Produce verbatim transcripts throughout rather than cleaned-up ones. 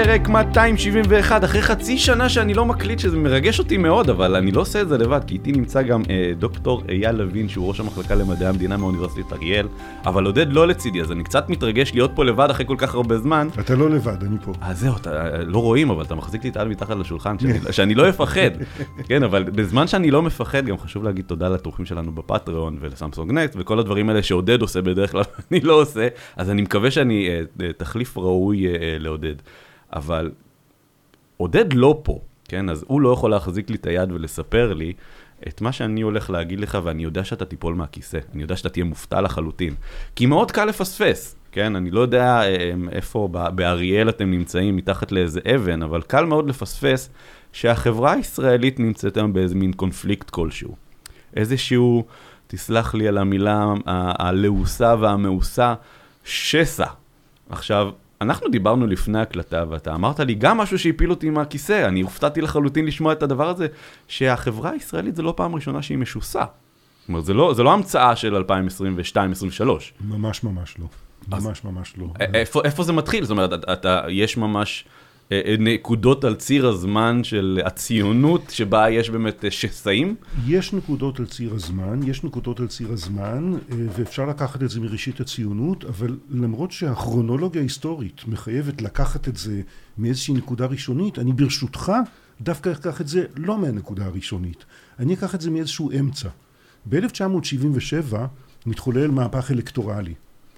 פרק מאתיים שבעים ואחת, אחרי חצי שנה שאני לא מקליט, שזה מרגש אותי מאוד, אבל אני לא עושה את זה לבד, כי איתי נמצא גם אה, דוקטור אייל לוין, שהוא ראש המחלקה למדעי המדינה מאוניברסיטת אריאל, אבל עודד לא לצידי, אז אני קצת מתרגש להיות פה לבד אחרי כל כך הרבה זמן. אתה לא לבד, אני פה. אז זהו, אתה לא רואים, אבל אתה מחזיק לי את העל מתחת לשולחן, שאני, שאני לא אפחד. כן, אבל בזמן שאני לא מפחד, גם חשוב להגיד תודה לתורכים שלנו בפטריון ולסמסונג נקסט, וכל הדברים האלה שעודד עושה בדרך כלל, אני לא עושה, אז אני מקווה שאני אה, תחליף ראוי אה, לעודד. אבל עודד לא פה, כן? אז הוא לא יכול להחזיק לי את היד ולספר לי את מה שאני הולך להגיד לך, ואני יודע שאתה תיפול מהכיסא. אני יודע שאתה תהיה מופתע לחלוטין. כי מאוד קל לפספס, כן? אני לא יודע איפה באריאל אתם נמצאים מתחת לאיזה אבן, אבל קל מאוד לפספס שהחברה הישראלית נמצאת היום באיזה מין קונפליקט כלשהו. איזשהו, תסלח לי על המילה הלעוסה והמעוסה, שסע. עכשיו, אנחנו דיברנו לפני הקלטה, ואתה אמרת לי גם משהו שהפיל אותי מהכיסא, אני הופתעתי לחלוטין לשמוע את הדבר הזה, שהחברה הישראלית זה לא פעם ראשונה שהיא משוסה. זאת אומרת, זה לא, זה לא המצאה של אלפיים עשרים ושתיים עשרים ושלוש. ממש ממש לא. ממש ממש לא. איפה, איפה זה מתחיל? זאת אומרת, אתה, יש ממש נקודות על ציר הזמן של הציונות, שבה יש באמת שסעים? יש נקודות על ציר הזמן, יש נקודות על ציר הזמן, ואפשר לקחת את זה מראשית הציונות, אבל למרות שהכרונולוגיה ההיסטורית מחייבת לקחת את זה מאיזושהי נקודה ראשונית, אני ברשותך דווקא אקח את זה לא מהנקודה הראשונית. אני אקח את זה מאיזשהו אמצע. ב-אלף תשע מאות שבעים ושבע מתחולל מהפך אלקטורלי.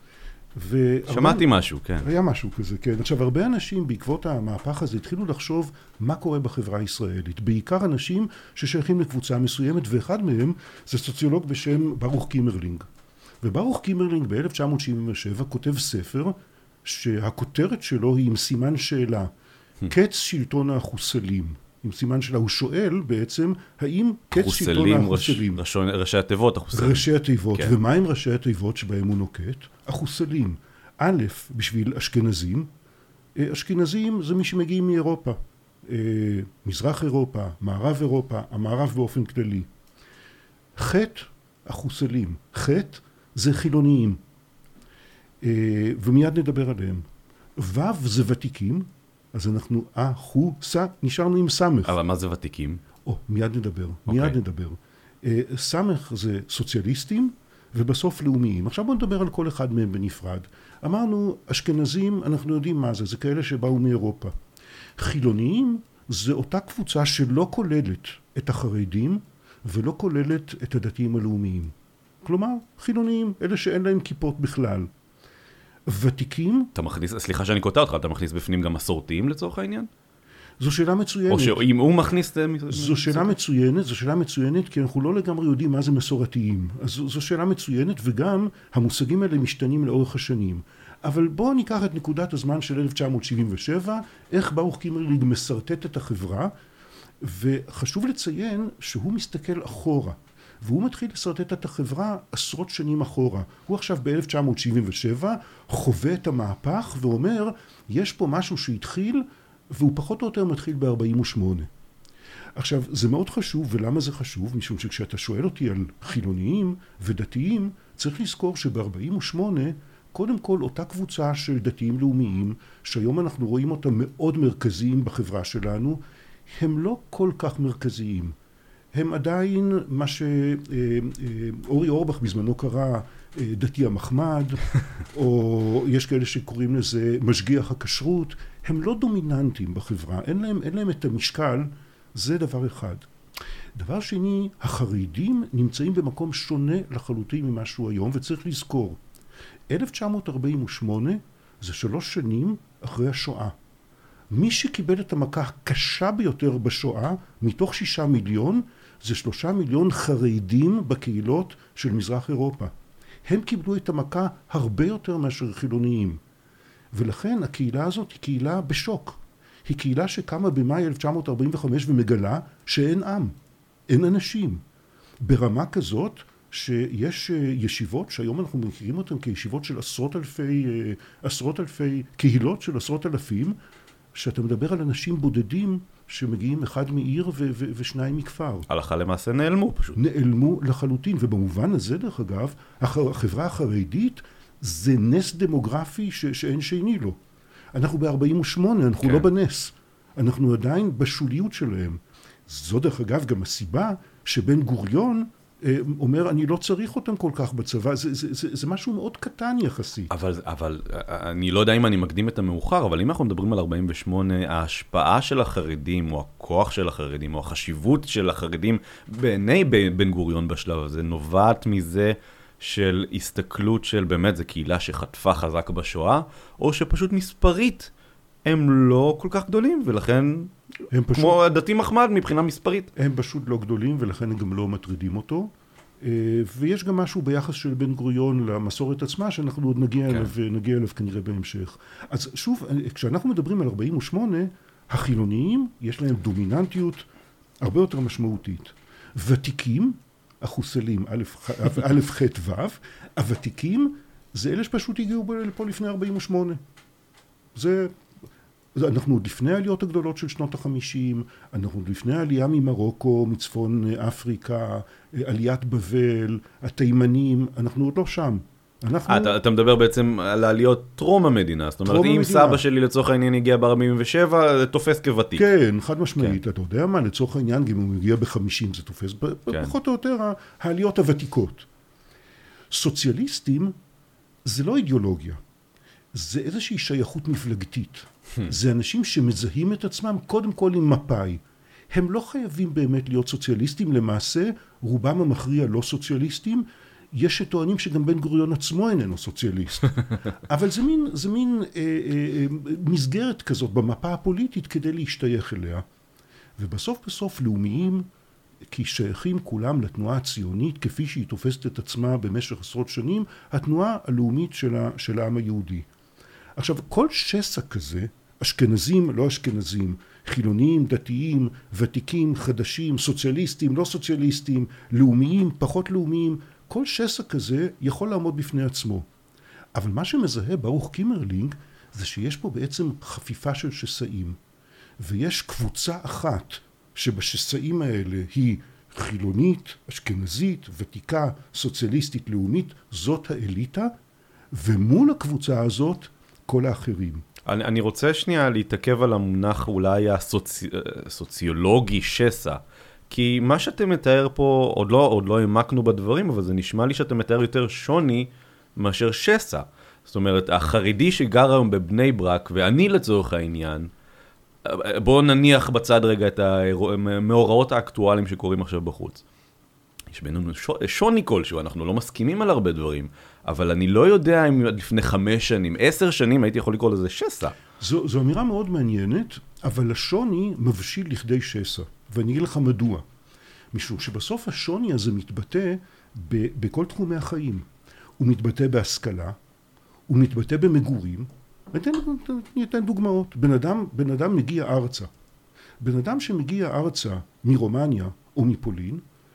שמעתי משהו, כן. היה משהו כזה, כן. עכשיו, הרבה אנשים בעקבות המהפך הזה התחילו לחשוב מה קורה בחברה הישראלית. בעיקר אנשים ששייכים לקבוצה מסוימת, ואחד מהם זה סוציולוג בשם ברוך קימרלינג. וברוך קימרלינג ב-אלף תשע מאות שבעים ושבע כותב ספר שהכותרת שלו היא עם סימן שאלה, קץ שלטון החוסלים. עם סימן שלה, הוא שואל בעצם, האם קץ שלטון החוסלים... ראש, ראשי התיבות, החוסלים. ראשי התיבות, כן. ומה עם ראשי התיבות שבהם הוא נוקט? החוסלים. א', בשביל אשכנזים, אשכנזים זה מי שמגיעים מאירופה. מזרח אירופה, מערב אירופה, המערב באופן כללי. ח', החוסלים. ח', זה חילוניים. ומיד נדבר עליהם. ו', זה ותיקים. אז אנחנו, אה, חו, סה, נשארנו עם סמך. אבל מה זה ותיקים? או, מיד נדבר, מיד okay. נדבר. סמך זה סוציאליסטים, ובסוף לאומיים. עכשיו בואו נדבר על כל אחד מהם בנפרד. אמרנו, אשכנזים, אנחנו יודעים מה זה, זה כאלה שבאו מאירופה. חילוניים זה אותה קבוצה שלא כוללת את החרדים, ולא כוללת את הדתיים הלאומיים. כלומר, חילוניים, אלה שאין להם כיפות בכלל. ותיקים. אתה מכניס, סליחה שאני קוטע אותך, אתה מכניס בפנים גם מסורתיים לצורך העניין? זו שאלה מצוינת. או שאם הוא מכניס... זו שאלה מצוינת, זו שאלה מצוינת, כי אנחנו לא לגמרי יודעים מה זה מסורתיים. אז זו, זו שאלה מצוינת, וגם המושגים האלה משתנים לאורך השנים. אבל בואו ניקח את נקודת הזמן של אלף תשע מאות שבעים ושבע, איך ברוך קימרלינג מסרטט את החברה, וחשוב לציין שהוא מסתכל אחורה. והוא מתחיל לסרטט את החברה עשרות שנים אחורה. הוא עכשיו ב-אלף תשע מאות שבעים ושבע חווה את המהפך ואומר, יש פה משהו שהתחיל, והוא פחות או יותר מתחיל ב-ארבעים ושמונה. עכשיו, זה מאוד חשוב, ולמה זה חשוב? משום שכשאתה שואל אותי על חילוניים ודתיים, צריך לזכור שב-ארבעים ושמונה, קודם כל אותה קבוצה של דתיים לאומיים, שהיום אנחנו רואים אותם מאוד מרכזיים בחברה שלנו, הם לא כל כך מרכזיים. הם עדיין מה שאורי אורבך בזמנו קרא דתי המחמד, או יש כאלה שקוראים לזה משגיח הכשרות, הם לא דומיננטיים בחברה, אין להם, אין להם את המשקל, זה דבר אחד. דבר שני, החרדים נמצאים במקום שונה לחלוטין ממה שהוא היום, וצריך לזכור, אלף תשע מאות ארבעים ושמונה זה שלוש שנים אחרי השואה. מי שקיבל את המכה הקשה ביותר בשואה, מתוך שישה מיליון, זה שלושה מיליון חרדים בקהילות של מזרח אירופה. הם קיבלו את המכה הרבה יותר מאשר חילוניים. ולכן הקהילה הזאת היא קהילה בשוק. היא קהילה שקמה במאי אלף תשע מאות ארבעים וחמש ומגלה שאין עם, אין אנשים. ברמה כזאת שיש ישיבות שהיום אנחנו מכירים אותן כישיבות של עשרות אלפי, עשרות אלפי, קהילות של עשרות אלפים, שאתה מדבר על אנשים בודדים שמגיעים אחד מעיר ו- ו- ושניים מכפר. הלכה למעשה נעלמו פשוט. נעלמו לחלוטין, ובמובן הזה דרך אגב, החברה החרדית זה נס דמוגרפי ש- שאין שני לו. אנחנו ב-ארבעים ושמונה, אנחנו כן. לא בנס. אנחנו עדיין בשוליות שלהם. זו דרך אגב גם הסיבה שבן גוריון אומר, אני לא צריך אותם כל כך בצבא, זה, זה, זה, זה משהו מאוד קטן יחסית. אבל, אבל אני לא יודע אם אני מקדים את המאוחר, אבל אם אנחנו מדברים על ארבעים ושמונה, ההשפעה של החרדים, או הכוח של החרדים, או החשיבות של החרדים בעיני בן גוריון בשלב הזה, נובעת מזה של הסתכלות של באמת, זו קהילה שחטפה חזק בשואה, או שפשוט מספרית הם לא כל כך גדולים, ולכן, הם פשוט, כמו דתי מחמד מבחינה מספרית. הם פשוט לא גדולים, ולכן הם גם לא מטרידים אותו. ויש גם משהו ביחס של בן גוריון למסורת עצמה, שאנחנו עוד נגיע אליו, נגיע אליו כנראה בהמשך. אז שוב, כשאנחנו מדברים על ארבעים ושמונה, החילוניים, יש להם דומיננטיות הרבה יותר משמעותית. ותיקים, החוסלים, א', ח', ו', הוותיקים, זה אלה שפשוט הגיעו לפה לפני ארבעים ושמונה. זה... אנחנו עוד לפני העליות הגדולות של שנות החמישים, אנחנו עוד לפני העלייה ממרוקו, מצפון אפריקה, עליית בבל, התימנים, אנחנו עוד לא שם. אנחנו... אתה, אתה מדבר בעצם על העליות טרום המדינה, זאת אומרת, אם המדינה. סבא שלי לצורך העניין הגיע ב-ארבעים ושבע, תופס כוותיק. כן, חד משמעית. כן. אתה יודע מה, לצורך העניין, גם אם הוא הגיע ב-חמישים, זה תופס כן. פחות או יותר העליות הוותיקות. סוציאליסטים זה לא אידיאולוגיה, זה איזושהי שייכות מפלגתית. זה אנשים שמזהים את עצמם קודם כל עם מפאי. הם לא חייבים באמת להיות סוציאליסטים, למעשה רובם המכריע לא סוציאליסטים. יש שטוענים שגם בן גוריון עצמו איננו סוציאליסט. אבל זה מין, זה מין אה, אה, מסגרת כזאת במפה הפוליטית כדי להשתייך אליה. ובסוף בסוף לאומיים, כי שייכים כולם לתנועה הציונית כפי שהיא תופסת את עצמה במשך עשרות שנים, התנועה הלאומית של, ה, של העם היהודי. עכשיו, כל שסע כזה, אשכנזים, לא אשכנזים, חילוניים, דתיים, ותיקים, חדשים, סוציאליסטים, לא סוציאליסטים, לאומיים, פחות לאומיים, כל שסע כזה יכול לעמוד בפני עצמו. אבל מה שמזהה ברוך קימרלינג, זה שיש פה בעצם חפיפה של שסעים. ויש קבוצה אחת שבשסעים האלה היא חילונית, אשכנזית, ותיקה, סוציאליסטית, לאומית, זאת האליטה, ומול הקבוצה הזאת, כל האחרים. אני, אני רוצה שנייה להתעכב על המונח אולי הסוצי, הסוציולוגי שסע, כי מה שאתם מתאר פה, עוד לא, עוד לא העמקנו בדברים, אבל זה נשמע לי שאתם מתאר יותר שוני מאשר שסע. זאת אומרת, החרדי שגר היום בבני ברק, ואני לצורך העניין, בואו נניח בצד רגע את המאורעות האקטואליים שקורים עכשיו בחוץ. יש בינינו שוני כלשהו, אנחנו לא מסכימים על הרבה דברים, אבל אני לא יודע אם לפני חמש שנים, עשר שנים הייתי יכול לקרוא לזה שסע. זו, זו אמירה מאוד מעניינת, אבל השוני מבשיל לכדי שסע, ואני אגיד לך מדוע. משום שבסוף השוני הזה מתבטא ב, בכל תחומי החיים. הוא מתבטא בהשכלה, הוא מתבטא במגורים. אני אתן, אני אתן דוגמאות. בן אדם, בן אדם מגיע ארצה. בן אדם שמגיע ארצה מרומניה או מפולין,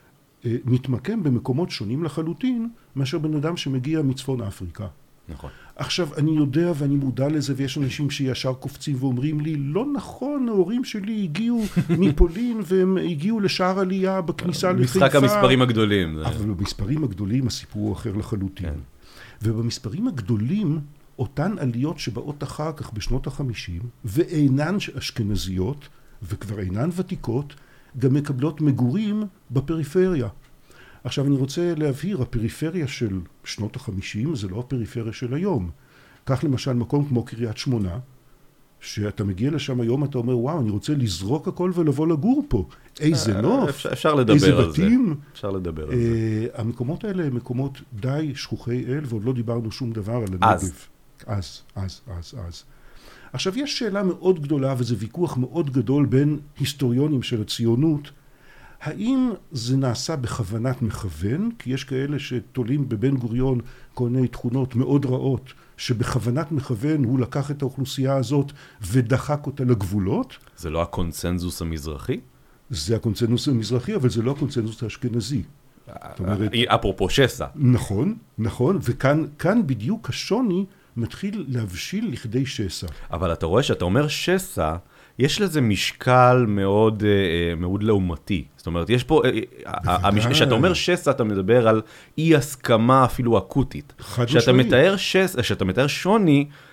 מתמקם במקומות שונים לחלוטין מאשר בן אדם שמגיע מצפון אפריקה. נכון. עכשיו, אני יודע ואני מודע לזה, ויש אנשים שישר קופצים ואומרים לי, לא נכון, ההורים שלי הגיעו מפולין והם הגיעו לשער עלייה בכניסה לחיפה. משחק המספרים הגדולים. אבל במספרים הגדולים הסיפור הוא אחר לחלוטין. כן. ובמספרים הגדולים, אותן עליות שבאות אחר כך בשנות החמישים, ואינן אשכנזיות, וכבר אינן ותיקות, גם מקבלות מגורים בפריפריה. עכשיו אני רוצה להבהיר, הפריפריה של שנות החמישים זה לא הפריפריה של היום. כך למשל מקום כמו קריית שמונה, שאתה מגיע לשם היום, אתה אומר, וואו, אני רוצה לזרוק הכל ולבוא לגור פה. איזה נוף, אפשר, אפשר לדבר על זה. אפשר לדבר על זה. המקומות האלה הם מקומות די שכוחי אל, ועוד לא דיברנו שום דבר על הנגב. אז. אז, אז, אז, אז. עכשיו יש שאלה מאוד גדולה, וזה ויכוח מאוד גדול בין היסטוריונים של הציונות, האם זה נעשה בכוונת מכוון, כי יש כאלה שתולים בבן גוריון כל מיני תכונות מאוד רעות, שבכוונת מכוון הוא לקח את האוכלוסייה הזאת ודחק אותה לגבולות. זה לא הקונצנזוס המזרחי? זה הקונצנזוס המזרחי, אבל זה לא הקונצנזוס האשכנזי. אומרת, אפרופו שסע. נכון, נכון, וכאן כאן בדיוק השוני מתחיל להבשיל לכדי שסע. אבל אתה רואה שאתה אומר שסע, יש לזה משקל מאוד, מאוד לעומתי. זאת אומרת, יש פה, כשאתה אומר שסע, אתה מדבר על אי הסכמה אפילו אקוטית. חד משמעית. כשאתה מתאר שסע, כשאתה מתאר שוני,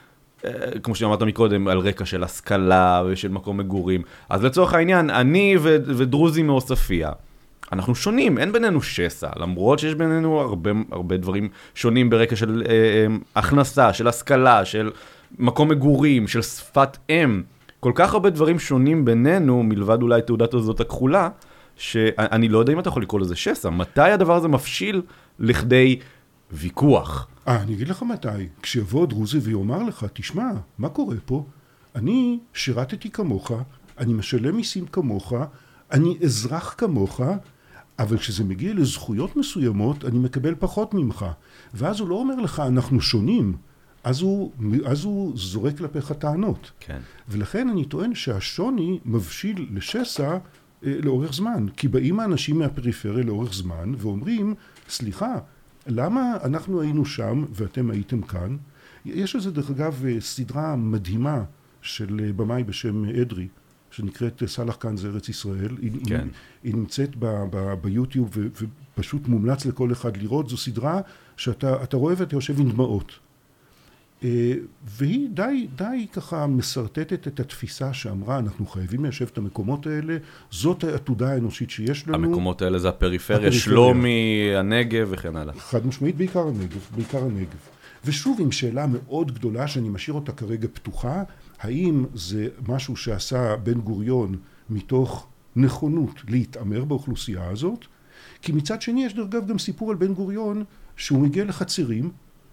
כמו שאמרת מקודם, על רקע של השכלה ושל מקום מגורים. אז לצורך העניין, אני ו- ודרוזי מעוספיה, אנחנו שונים, אין בינינו שסע, למרות שיש בינינו הרבה, הרבה דברים שונים ברקע של אה, אה, הכנסה, של השכלה, של מקום מגורים, של שפת אם. כל כך הרבה דברים שונים בינינו, מלבד אולי תעודת הזאת הכחולה, שאני לא יודע אם אתה יכול לקרוא לזה שסע. מתי הדבר הזה מפשיל לכדי ויכוח? אה, אני אגיד לך מתי. כשיבוא דרוזי ויאמר לך, תשמע, מה קורה פה? אני שירתתי כמוך, אני משלם מיסים כמוך, אני אזרח כמוך, אבל כשזה מגיע לזכויות מסוימות, אני מקבל פחות ממך. ואז הוא לא אומר לך, אנחנו שונים. אז הוא, אז הוא זורק כלפיך טענות. כן. ולכן אני טוען שהשוני מבשיל לשסע אה, לאורך זמן. כי באים האנשים מהפריפריה לאורך זמן ואומרים, סליחה, למה אנחנו היינו שם ואתם הייתם כאן? יש לזה דרך אגב סדרה מדהימה של במאי בשם אדרי, שנקראת סלח כאן זה ארץ ישראל. כן. היא, היא נמצאת ב, ב, ביוטיוב ו, ופשוט מומלץ לכל אחד לראות. זו סדרה שאתה אתה רואה ואתה יושב עם דמעות. והיא די, די ככה מסרטטת את התפיסה שאמרה, אנחנו חייבים ליישב את המקומות האלה, זאת העתודה האנושית שיש לנו. המקומות האלה זה הפריפריה, שלומי, הנגב וכן הלאה. חד משמעית, בעיקר הנגב, בעיקר הנגב. ושוב עם שאלה מאוד גדולה שאני משאיר אותה כרגע פתוחה, האם זה משהו שעשה בן גוריון מתוך נכונות להתאמר באוכלוסייה הזאת? כי מצד שני יש דרך אגב גם סיפור על בן גוריון שהוא מגיע לחצירים,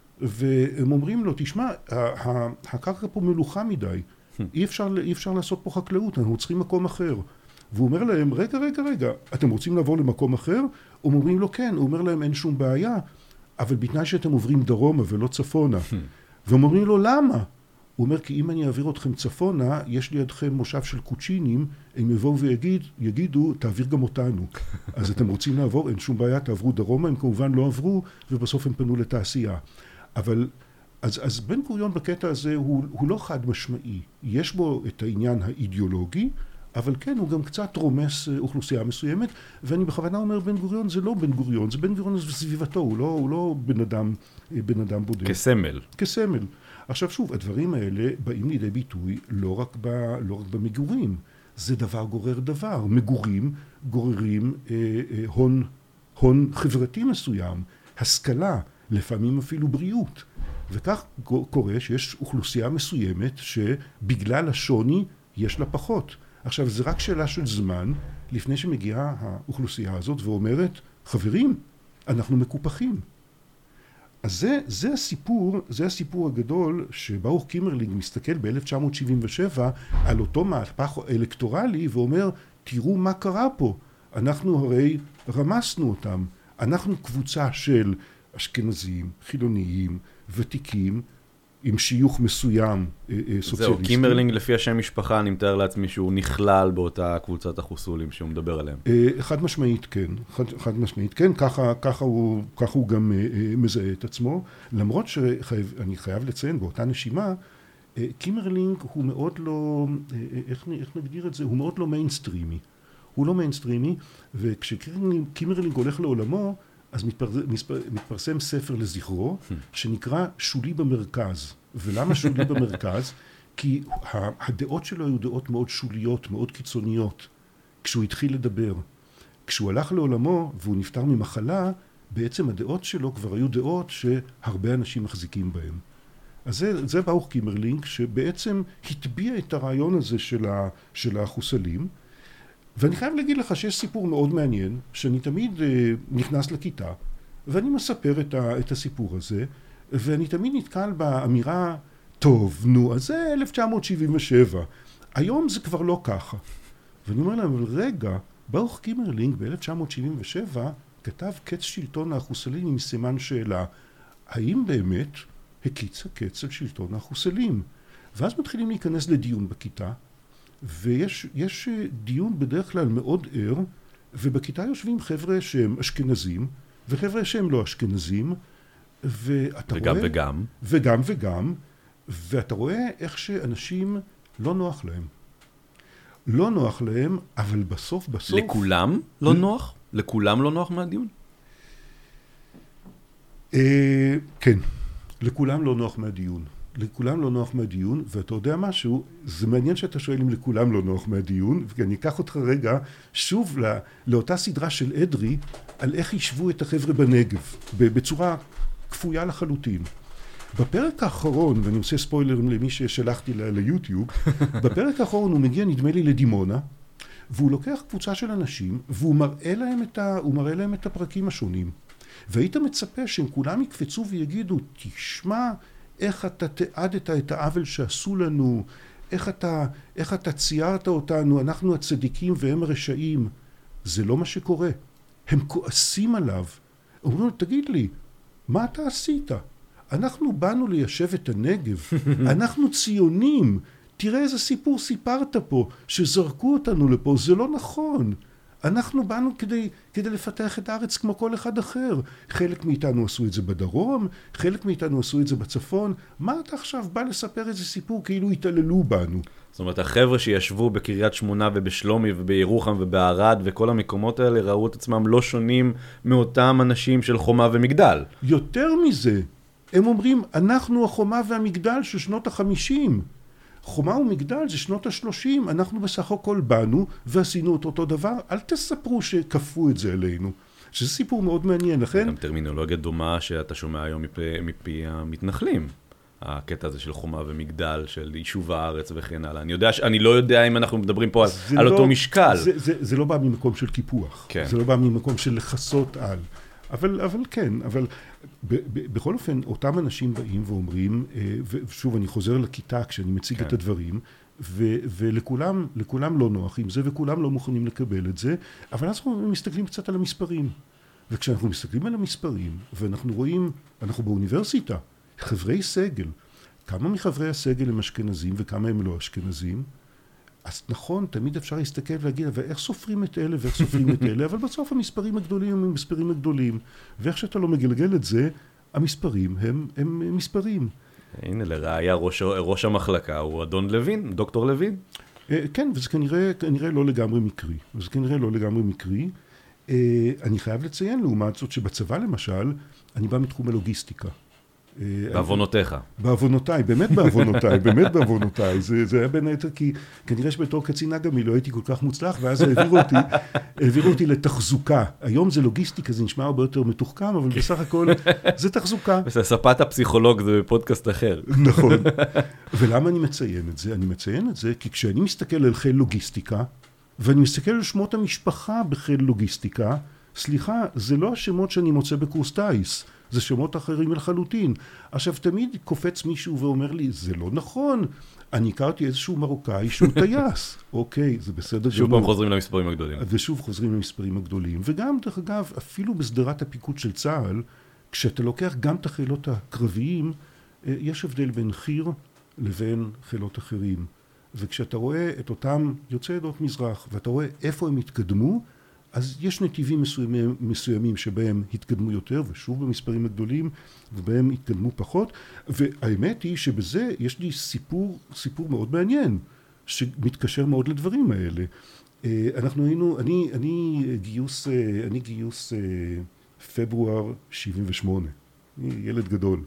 והם אומרים לו, תשמע, הקרקע פה מלוכה מדי, אי אפשר, אי אפשר לעשות פה חקלאות, אנחנו צריכים מקום אחר. והוא אומר להם, רגע, רגע, רגע, אתם רוצים לעבור למקום אחר? הם אומרים לו, כן. הוא אומר להם, אין שום בעיה, אבל בתנאי שאתם עוברים דרומה ולא צפונה. והם אומרים לו, למה? הוא אומר, כי אם אני אעביר אתכם צפונה, יש לידכם מושב של קוצ'ינים, הם יבואו ויגיד, יגידו, תעביר גם אותנו. אז אתם רוצים לעבור, אין שום בעיה, תעברו דרומה, הם כמובן לא עברו, ובסוף הם פנו לתעשייה. אבל, אז, אז בן גוריון בקטע הזה הוא, הוא לא חד משמעי. יש בו את העניין האידיאולוגי, אבל כן, הוא גם קצת רומס אוכלוסייה מסוימת, ואני בכוונה אומר בן גוריון זה לא בן גוריון, זה בן גוריון וסביבתו, הוא לא, הוא לא בן אדם, בן אדם בודד. כסמל. כסמל. עכשיו שוב, הדברים האלה באים לידי ביטוי לא רק, ב, לא רק במגורים, זה דבר גורר דבר. מגורים גוררים אה, אה, הון, הון חברתי מסוים, השכלה, לפעמים אפילו בריאות. וכך קורה שיש אוכלוסייה מסוימת שבגלל השוני יש לה פחות. עכשיו, זה רק שאלה של זמן לפני שמגיעה האוכלוסייה הזאת ואומרת, חברים, אנחנו מקופחים. אז זה, זה הסיפור, זה הסיפור הגדול שברוך קימרלינג מסתכל ב-אלף תשע מאות שבעים ושבע על אותו מהפך אלקטורלי ואומר, תראו מה קרה פה. אנחנו הרי רמסנו אותם. אנחנו קבוצה של אשכנזים, חילוניים, ותיקים, עם שיוך מסוים סוציאליסטי. זהו, קימרלינג לפי השם משפחה, אני מתאר לעצמי שהוא נכלל באותה קבוצת החוסולים שהוא מדבר עליהם. חד משמעית כן, חד, חד משמעית כן, ככה, ככה, הוא, ככה הוא גם מזהה את עצמו, למרות שאני חייב לציין באותה נשימה, קימרלינג הוא מאוד לא, איך, איך נגדיר את זה? הוא מאוד לא מיינסטרימי. הוא לא מיינסטרימי, וכשקימרלינג הולך לעולמו, אז מתפרסם, מתפרסם ספר לזכרו, שנקרא שולי במרכז. ולמה שולי במרכז? כי הדעות שלו היו דעות מאוד שוליות, מאוד קיצוניות, כשהוא התחיל לדבר. כשהוא הלך לעולמו והוא נפטר ממחלה, בעצם הדעות שלו כבר היו דעות שהרבה אנשים מחזיקים בהם. אז זה, זה ברוך קימרלינג, שבעצם הטביע את הרעיון הזה של, ה, של החוסלים, ואני חייב להגיד לך שיש סיפור מאוד מעניין, שאני תמיד אה, נכנס לכיתה, ואני מספר את, ה, את הסיפור הזה, ואני תמיד נתקל באמירה, טוב, נו, אז זה אלף תשע מאות שבעים ושבע, היום זה כבר לא ככה. ואני אומר להם, אבל רגע, ברוך קימרלינג ב-אלף תשע מאות שבעים ושבע כתב קץ שלטון החוסלים עם סימן שאלה, האם באמת הקיץ הקץ על שלטון החוסלים? ואז מתחילים להיכנס לדיון בכיתה, ויש יש דיון בדרך כלל מאוד ער, ובכיתה יושבים חבר'ה שהם אשכנזים, וחבר'ה שהם לא אשכנזים, ואתה וגם רואה... וגם. וגם וגם, ואתה רואה איך שאנשים לא נוח להם. לא נוח להם, אבל בסוף בסוף... לכולם לא נוח? לכולם לא נוח מהדיון? אה, כן, לכולם לא נוח מהדיון. לכולם לא נוח מהדיון, ואתה יודע משהו, זה מעניין שאתה שואל אם לכולם לא נוח מהדיון, ואני אקח אותך רגע שוב לא, לאותה סדרה של אדרי, על איך ישבו את החבר'ה בנגב, בצורה כפויה לחלוטין. בפרק האחרון, ואני עושה ספוילר למי ששלחתי ליוטיוב, בפרק האחרון הוא מגיע נדמה לי לדימונה, והוא לוקח קבוצה של אנשים, והוא מראה להם את, ה, הוא מראה להם את הפרקים השונים. והיית מצפה שהם כולם יקפצו ויגידו, תשמע, איך אתה תיעדת את העוול שעשו לנו, איך אתה, איך אתה ציירת אותנו, אנחנו הצדיקים והם הרשעים. זה לא מה שקורה. הם כועסים עליו. אומרים לו, תגיד לי, מה אתה עשית? אנחנו באנו ליישב את הנגב, אנחנו ציונים. תראה איזה סיפור סיפרת פה, שזרקו אותנו לפה, זה לא נכון. אנחנו באנו כדי, כדי לפתח את הארץ כמו כל אחד אחר. חלק מאיתנו עשו את זה בדרום, חלק מאיתנו עשו את זה בצפון. מה אתה עכשיו בא לספר איזה סיפור כאילו התעללו בנו? זאת אומרת, החבר'ה שישבו בקריית שמונה ובשלומי ובירוחם ובערד וכל המקומות האלה ראו את עצמם לא שונים מאותם אנשים של חומה ומגדל. יותר מזה, הם אומרים, אנחנו החומה והמגדל של שנות החמישים. חומה ומגדל זה שנות השלושים, אנחנו בסך הכל באנו ועשינו את אותו דבר, אל תספרו שכפו את זה אלינו, שזה סיפור מאוד מעניין, לכן... גם טרמינולוגיה דומה שאתה שומע היום מפי, מפי המתנחלים, הקטע הזה של חומה ומגדל, של יישוב הארץ וכן הלאה. אני יודע, אני לא יודע אם אנחנו מדברים פה על, על לא, אותו משקל. זה, זה, זה לא בא ממקום של קיפוח, כן. זה לא בא ממקום של לחסות על, אבל, אבל כן, אבל... ב- ב- בכל אופן, אותם אנשים באים ואומרים, ושוב, אני חוזר לכיתה כשאני מציג כן. את הדברים, ו- ולכולם, לכולם לא נוח עם זה, וכולם לא מוכנים לקבל את זה, אבל אנחנו מסתכלים קצת על המספרים. וכשאנחנו מסתכלים על המספרים, ואנחנו רואים, אנחנו באוניברסיטה, חברי סגל, כמה מחברי הסגל הם אשכנזים וכמה הם לא אשכנזים, אז נכון, תמיד אפשר להסתכל ולהגיד, ואיך סופרים את אלה ואיך סופרים את אלה, אבל בסוף המספרים הגדולים הם מספרים הגדולים, ואיך שאתה לא מגלגל את זה, המספרים הם, הם מספרים. הנה, לראיה, ראש, ראש המחלקה הוא אדון לוין, דוקטור לוין. כן, וזה כנראה, כנראה לא לגמרי מקרי. וזה כנראה לא לגמרי מקרי. אני חייב לציין, לעומת זאת, שבצבא למשל, אני בא מתחום הלוגיסטיקה. בעוונותיך. בעוונותיי, באמת בעוונותיי, באמת בעוונותיי. זה, זה היה בין היתר כי כנראה שבתור קצין אג"מי לא הייתי כל כך מוצלח, ואז העבירו אותי, העבירו אותי לתחזוקה. היום זה לוגיסטיקה, זה נשמע הרבה יותר מתוחכם, אבל בסך הכל זה תחזוקה. ספת הפסיכולוג זה בפודקאסט אחר. נכון. ולמה אני מציין את זה? אני מציין את זה כי כשאני מסתכל על חיל לוגיסטיקה, ואני מסתכל על שמות המשפחה בחיל לוגיסטיקה, סליחה, זה לא השמות שאני מוצא בקורס טייס. זה שמות אחרים לחלוטין. עכשיו, תמיד קופץ מישהו ואומר לי, זה לא נכון, אני הכרתי איזשהו מרוקאי שהוא טייס. אוקיי, זה בסדר. שוב פעם חוזרים למספרים הגדולים. ושוב חוזרים למספרים הגדולים. וגם, דרך אגב, אפילו בסדרת הפיקוד של צה"ל, כשאתה לוקח גם את החילות הקרביים, יש הבדל בין חי"ר לבין חילות אחרים. וכשאתה רואה את אותם יוצאי עדות מזרח, ואתה רואה איפה הם התקדמו, אז יש נתיבים מסוימים, מסוימים שבהם התקדמו יותר, ושוב במספרים הגדולים, ובהם התקדמו פחות, והאמת היא שבזה יש לי סיפור, סיפור מאוד מעניין, שמתקשר מאוד לדברים האלה. אנחנו היינו, אני, אני גיוס, אני גיוס פברואר שבעים ושמונה, אני ילד גדול.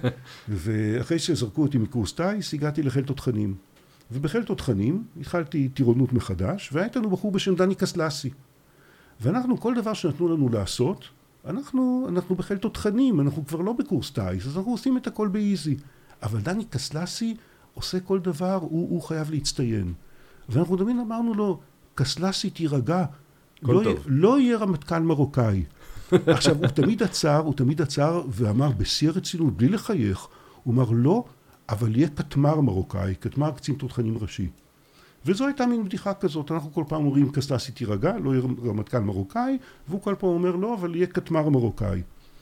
ואחרי שזרקו אותי מקורס טייס, הגעתי לחיל תותחנים. ובחיל תותחנים התחלתי טירונות מחדש, והיה לנו בחור בשם דני קסלסי. ואנחנו, כל דבר שנתנו לנו לעשות, אנחנו, אנחנו בחיל תותחנים, אנחנו כבר לא בקורס טייס, אז אנחנו עושים את הכל באיזי. אבל דני קסלסי עושה כל דבר, הוא, הוא חייב להצטיין. ואנחנו תמיד אמרנו לו, קסלסי תירגע, לא, לא יהיה רמטכ"ל מרוקאי. עכשיו, הוא תמיד עצר, הוא תמיד עצר ואמר, בשיא הרצינות, בלי לחייך, הוא אמר, לא, אבל יהיה כתמר מרוקאי, כתמר קצין תותחנים ראשי. וזו הייתה מין בדיחה כזאת, אנחנו כל פעם אומרים, קסלסי תירגע, לא יהיה רמטכ"ל מרוקאי, והוא כל פעם אומר, לא, אבל יהיה כתמר מרוקאי.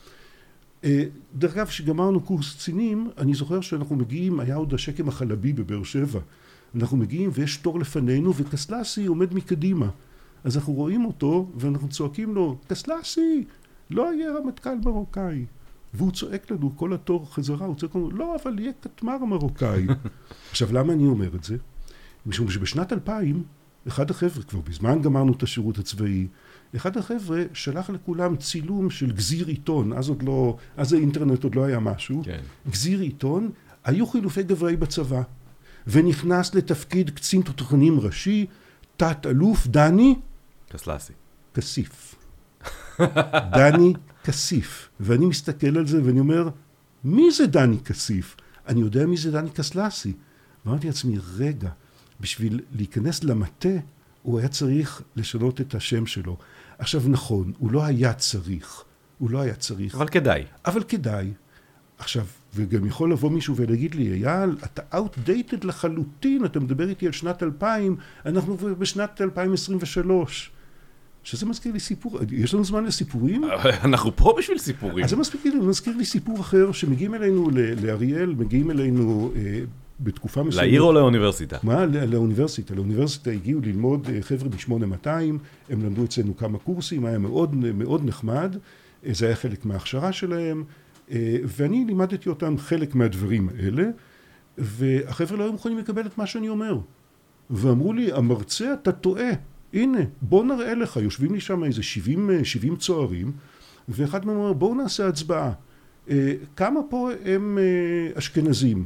דרך אגב, כשגמרנו קורס קצינים, אני זוכר שאנחנו מגיעים, היה עוד השקם החלבי בבאר שבע, אנחנו מגיעים ויש תור לפנינו, וקסלסי עומד מקדימה. אז אנחנו רואים אותו, ואנחנו צועקים לו, קסלסי, לא יהיה רמטכ"ל מרוקאי. והוא צועק לנו, כל התור חזרה, הוא צועק לנו, לא, אבל יהיה כתמר מרוקאי. עכשיו, למה אני אומר את זה? משום שבשנת אלפיים, אחד החבר'ה, כבר בזמן גמרנו את השירות הצבאי, אחד החבר'ה שלח לכולם צילום של גזיר עיתון, אז עוד לא, אז האינטרנט עוד לא היה משהו, כן. גזיר עיתון היו חילופי גברי בצבא, ונכנס לתפקיד קצין תותחנים ראשי, תת אלוף דני קסלסי. כסיף. דני כסיף. ואני מסתכל על זה ואני אומר, מי זה דני כסיף? אני יודע מי זה דני קסלסי. ואמרתי לעצמי, רגע, בשביל להיכנס למטה, הוא היה צריך לשנות את השם שלו. עכשיו נכון, הוא לא היה צריך. הוא לא היה צריך. אבל כדאי. אבל כדאי. עכשיו, וגם יכול לבוא מישהו ולהגיד לי, אייל, אתה outdated לחלוטין, אתה מדבר איתי על שנת אלפיים, אנחנו בשנת אלפיים עשרים ושלוש. שזה מזכיר לי סיפור, יש לנו זמן לסיפורים? אנחנו פה בשביל סיפורים. אז זה מזכיר לי, מזכיר לי סיפור אחר, שמגיעים אלינו לאריאל, מגיעים אלינו אה, בתקופה מסוימת. לעיר או לאוניברסיטה? מה? לאוניברסיטה. לאוניברסיטה הגיעו ללמוד חבר'ה מ-שמונה מאתיים, הם למדו אצלנו כמה קורסים, היה מאוד, מאוד נחמד, זה היה חלק מההכשרה שלהם, ואני לימדתי אותם חלק מהדברים האלה, והחבר'ה לא היו מוכנים לקבל את מה שאני אומר. ואמרו לי, המרצה, אתה טועה. הנה, בוא נראה לך. יושבים לי שם איזה שבעים צוערים, ואחד מהם אומר, בואו נעשה הצבעה. כמה פה הם אשכנזים?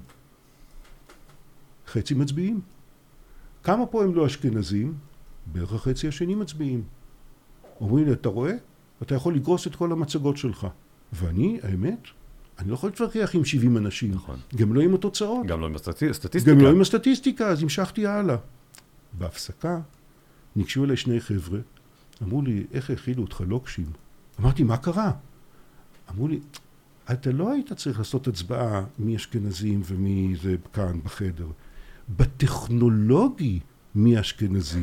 חצי מצביעים. כמה פה הם לא אשכנזים? בערך החצי השני מצביעים. אומרים לי, אתה רואה? אתה יכול לגרוס את כל המצגות שלך. ואני, האמת, אני לא יכול להתווכח עם שבעים אנשים. נכון. גם לא עם התוצאות. גם לא עם הסטטיסטיקה. גם לא עם הסטטיסטיקה, אז המשכתי הלאה. בהפסקה, ניגשו אליי שני חבר'ה, אמרו לי, איך הכילו אותך לוקשים? אמרתי, מה קרה? אמרו לי, אתה לא היית צריך לעשות הצבעה מי אשכנזים ומי זה כאן בחדר. בטכנולוגי מי אשכנזים.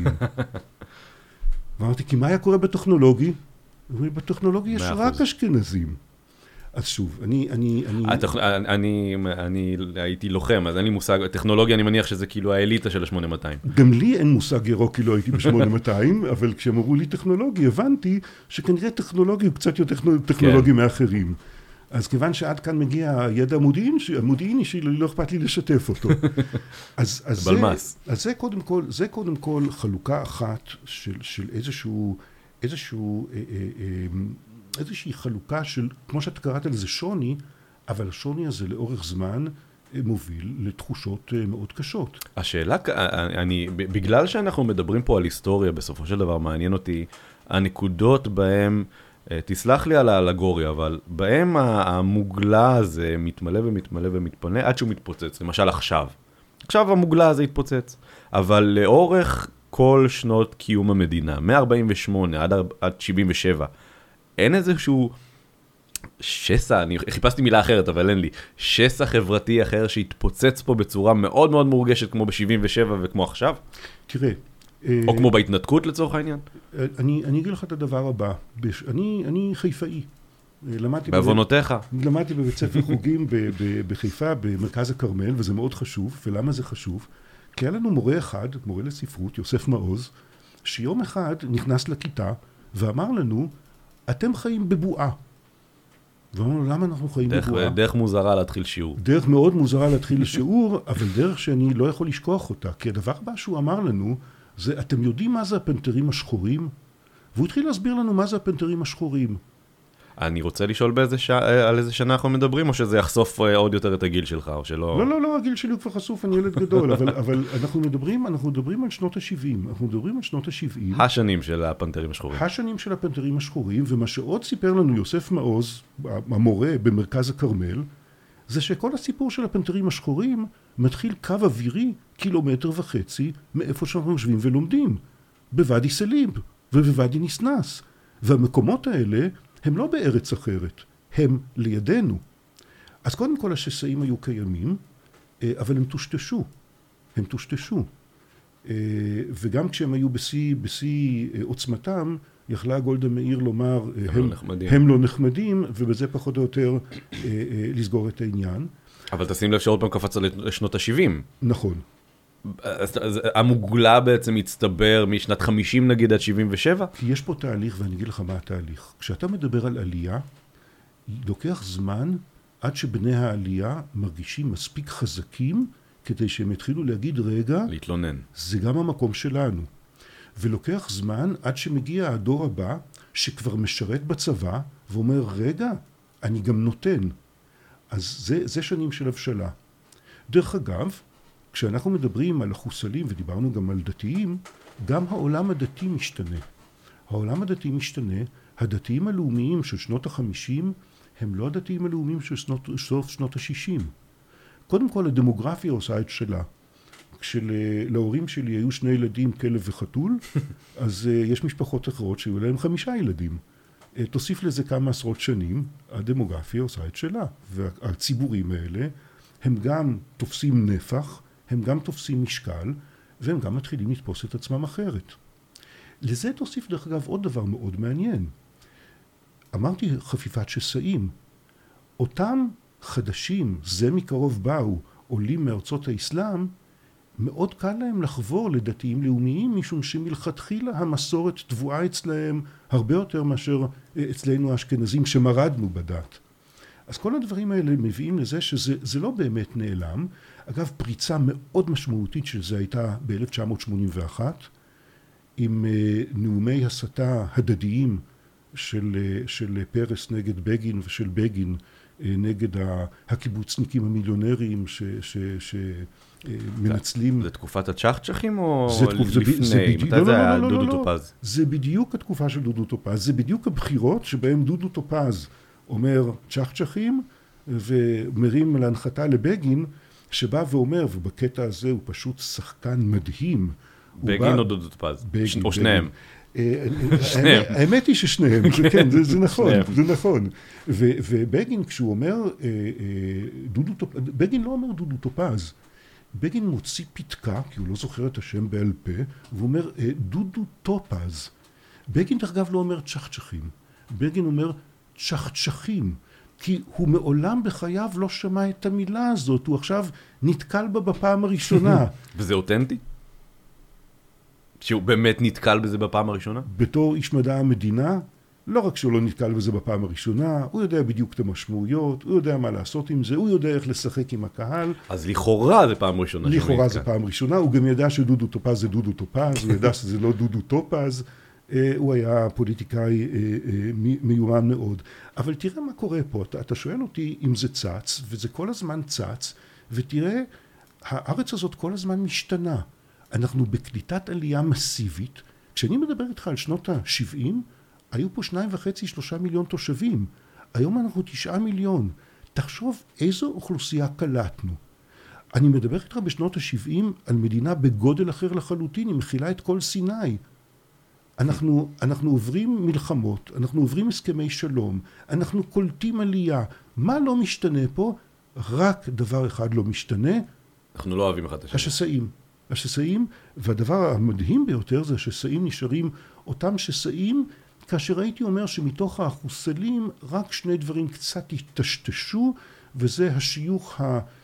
אמרתי, כי מה היה קורה בטכנולוגי? אמרו לי, בטכנולוגי יש רק אשכנזים. אז שוב, אני, אני, אני... התכ... אני, אני הייתי לוחם, אז אין לי מושג, טכנולוגיה אני מניח שזה כאילו האליטה של ה-שמונה מאתיים. גם לי אין מושג ירוק כי לא הייתי ב-שמונה מאתיים, אבל כשהם אמרו לי טכנולוגי, הבנתי שכנראה טכנולוגי הוא קצת יותר טכנולוגי כן. מאחרים. אז כיוון שעד כאן מגיע הידע המודיעין, המודיעיני שלי, לא אכפת לי לשתף אותו. אז, אז, בלמס. זה, אז זה קודם כל, זה קודם כל חלוקה אחת של, של איזשהו, איזשהו, אה, אה, אה, איזושהי חלוקה של, כמו שאתה קראת לזה שוני, אבל השוני הזה לאורך זמן מוביל לתחושות מאוד קשות. השאלה, אני, בגלל שאנחנו מדברים פה על היסטוריה, בסופו של דבר מעניין אותי, הנקודות בהם, תסלח לי על האלגוריה, אבל בהם המוגלה הזה מתמלא ומתמלא ומתפנה עד שהוא מתפוצץ, למשל עכשיו. עכשיו המוגלה הזה התפוצץ, אבל לאורך כל שנות קיום המדינה, מ-ארבעים ושמונה עד, עד שבעים ושבע, אין איזשהו שסע, אני חיפשתי מילה אחרת, אבל אין לי, שסע חברתי אחר שהתפוצץ פה בצורה מאוד מאוד מורגשת, כמו ב-שבעים ושבע וכמו עכשיו? תראה. או כמו בהתנתקות לצורך העניין? אני, אני אגיד לך את הדבר הבא. אני, אני חיפאי. בעוונותיך. למדתי בבית ספר חוגים בחיפה, במרכז הכרמל, וזה מאוד חשוב. ולמה זה חשוב? כי היה לנו מורה אחד, מורה לספרות, יוסף מעוז, שיום אחד נכנס לכיתה ואמר לנו, אתם חיים בבועה. ואמרנו, למה אנחנו חיים דרך, בבועה? דרך מוזרה להתחיל שיעור. דרך מאוד מוזרה להתחיל שיעור, אבל דרך שאני לא יכול לשכוח אותה. כי הדבר הבא שהוא אמר לנו, זה, אתם יודעים מה זה הפנתרים השחורים? והוא התחיל להסביר לנו מה זה הפנתרים השחורים. אני רוצה לשאול באיזה ש... על איזה שנה אנחנו מדברים, או שזה יחשוף עוד יותר את הגיל שלך, או שלא... לא, לא, לא, הגיל שלי הוא כבר חשוף, אני ילד גדול, אבל, אבל אנחנו מדברים, אנחנו מדברים על שנות ה-שבעים, אנחנו מדברים על שנות ה-שבעים. השנים של הפנתרים השחורים. השנים של הפנתרים השחורים, ומה שעוד סיפר לנו יוסף מעוז, המורה במרכז הכרמל, זה שכל הסיפור של הפנתרים השחורים מתחיל קו אווירי קילומטר וחצי מאיפה שאנחנו יושבים ולומדים, בוואדי סאליב ובוואדי ניסנס. והמקומות האלה הם לא בארץ אחרת, הם לידינו. אז קודם כל השסעים היו קיימים, אבל הם תושתשו, הם תושתשו. וגם כשהם היו בשיא, בשיא עוצמתם, יכלה גולדה מאיר לומר, הם, הם, לא נחמדים. הם לא נחמדים, ובזה פחות או יותר לסגור את העניין. אבל תשים לב שעוד פעם קפץ לשנות ה-שבעים. נכון. אז, אז המוגלה בעצם הצטבר משנת חמישים נגיד עד שבעים ושבע? כי יש פה תהליך, ואני אגיד לך מה התהליך. כשאתה מדבר על עלייה, לוקח זמן עד שבני העלייה מרגישים מספיק חזקים, כדי שהם יתחילו להגיד, רגע, להתלונן. זה גם המקום שלנו. ולוקח זמן עד שמגיע הדור הבא, שכבר משרת בצבא, ואומר, רגע, אני גם נותן. אז זה, זה שנים של הבשלה. דרך אגב, כשאנחנו מדברים על החוסלים, ודיברנו גם על דתיים, גם העולם הדתי משתנה. העולם הדתי משתנה, הדתיים הלאומיים של שנות החמישים, הם לא הדתיים הלאומיים של שנות, סוף שנות השישים. קודם כל, הדמוגרפיה עושה את שלה. כשלהורים שלי היו שני ילדים, כלב וחתול, אז יש משפחות אחרות שהיו להם חמישה ילדים. תוסיף לזה כמה עשרות שנים, הדמוגרפיה עושה את שלה. והציבורים האלה, הם גם תופסים נפח, הם גם תופסים משקל, והם גם מתחילים לתפוס את עצמם אחרת. לזה תוסיף דרך אגב עוד דבר מאוד מעניין. אמרתי חפיפת שסעים. אותם חדשים, זה מקרוב באו, עולים מארצות האסלאם, מאוד קל להם לחבור לדתיים לאומיים, משום שמלכתחילה המסורת טבועה אצלהם הרבה יותר מאשר אצלנו האשכנזים שמרדנו בדת. אז כל הדברים האלה מביאים לזה שזה זה לא באמת נעלם. אגב, פריצה מאוד משמעותית של זה הייתה ב-אלף תשע מאות שמונים ואחת, עם נאומי הסתה הדדיים של, של פרס נגד בגין ושל בגין נגד הקיבוצניקים המיליונרים שמנצלים... זה תקופת הצ'חצ'חים או לפני? מתי זה היה דודו טופז? זה בדיוק התקופה של דודו טופז. זה בדיוק הבחירות שבהם דודו טופז אומר צ'חצ'חים ומרים להנחתה לבגין, שבא ואומר, ובקטע הזה הוא פשוט שחקן מדהים. בגין או דודו טופז? או שניהם? האמת היא ששניהם, כן, זה נכון, זה נכון. ובגין כשהוא אומר, בגין לא אומר דודו טופז, בגין מוציא פתקה, כי הוא לא זוכר את השם בעל פה, והוא אומר דודו טופז. בגין דרך אגב לא אומר צ'חצ'חים, בגין אומר צ'חצ'חים, כי הוא מעולם בחייו לא שמע את המילה הזאת, הוא עכשיו נתקל בה בפעם הראשונה. וזה אותנטי? שהוא באמת נתקל בזה בפעם הראשונה? בתור איש מדע המדינה, לא רק שהוא לא נתקל בזה בפעם הראשונה, הוא יודע בדיוק את המשמעויות, הוא יודע מה לעשות עם זה, הוא יודע איך לשחק עם הקהל. אז לכאורה זה פעם ראשונה. לכאורה זה פעם ראשונה, הוא גם ידע שדודו טופז זה דודו טופז, הוא ידע שזה לא דודו טופז, הוא היה פוליטיקאי מיומן מאוד. אבל תראה מה קורה פה, אתה, אתה שואל אותי אם זה צץ, וזה כל הזמן צץ, ותראה, הארץ הזאת כל הזמן משתנה. אנחנו בקליטת עלייה מסיבית. כשאני מדבר איתך על שנות ה-שבעים, היו פה שניים וחצי, שלושה מיליון תושבים. היום אנחנו תשעה מיליון. תחשוב איזו אוכלוסייה קלטנו. אני מדבר איתך בשנות ה-שבעים על מדינה בגודל אחר לחלוטין, היא מכילה את כל סיני. אנחנו, אנחנו עוברים מלחמות, אנחנו עוברים הסכמי שלום, אנחנו קולטים עלייה. מה לא משתנה פה? רק דבר אחד לא משתנה. אנחנו לא אוהבים אחד את השני. השסעים. השסעים, והדבר המדהים ביותר זה השסעים נשארים אותם שסעים, כאשר הייתי אומר שמתוך החוסלים רק שני דברים קצת התשתשו, וזה השיוך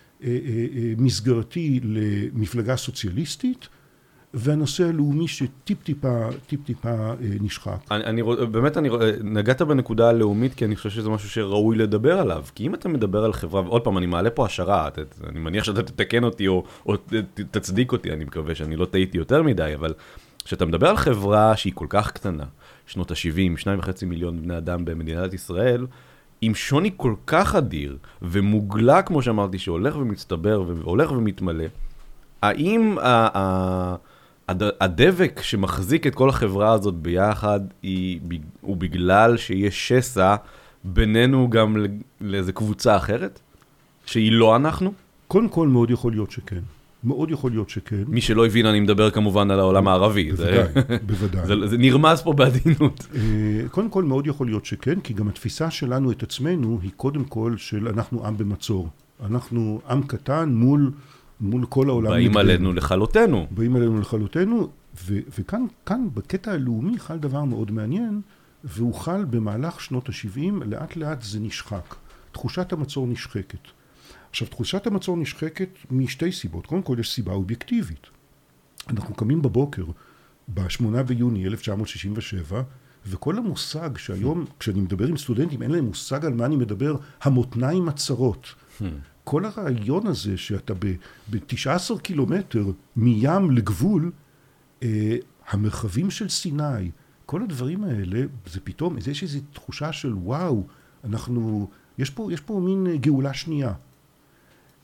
המסגרתי למפלגה סוציאליסטית, והנושא הלאומי שטיפ-טיפה, טיפ-טיפה נשחק. אני, אני, באמת, אני, נגעת בנקודה הלאומית, כי אני חושב שזה משהו שראוי לדבר עליו. כי אם אתה מדבר על חברה, ועוד פעם, אני מעלה פה השערה, אני מניח שאתה תתקן אותי, או, או תצדיק אותי, אני מקווה שאני לא טעיתי יותר מדי, אבל כשאתה מדבר על חברה שהיא כל כך קטנה, שנות ה-שבעים, שניים וחצי מיליון בני אדם במדינת ישראל, עם שוני כל כך אדיר, ומוגלה, כמו שאמרתי, שהולך ומצטבר, והולך ומתמלא, האם ה... ה הדבק שמחזיק את כל החברה הזאת ביחד היא, הוא בגלל שיש שסע בינינו גם לאיזו קבוצה אחרת? שהיא לא אנחנו? קודם כל מאוד יכול להיות שכן. מאוד יכול להיות שכן. מי שלא הבין, אני מדבר כמובן על העולם הערבי. בוודאי, בוודאי. זה, זה נרמז פה בעדינות. קודם כל מאוד יכול להיות שכן, כי גם התפיסה שלנו את עצמנו היא קודם כל של אנחנו עם במצור. אנחנו עם קטן מול... מול כל העולם. באים עלינו לכלותנו. באים עלינו לכלותנו, ו- וכאן, כאן בקטע הלאומי חל דבר מאוד מעניין, והוא חל במהלך שנות ה-שבעים, לאט לאט זה נשחק. תחושת המצור נשחקת. עכשיו, תחושת המצור נשחקת משתי סיבות. קודם כל, יש סיבה אובייקטיבית. אנחנו קמים בבוקר, ב-שמונה ביוני אלף תשע מאות שישים ושבע, וכל המושג שהיום, כשאני מדבר עם סטודנטים, אין להם מושג על מה אני מדבר, המותניים הצרות. כל הרעיון הזה שאתה ב-תשעה עשר קילומטר מים לגבול, אה, המרחבים של סיני, כל הדברים האלה, זה פתאום, יש איזו תחושה של וואו, אנחנו, יש פה, יש פה מין גאולה שנייה.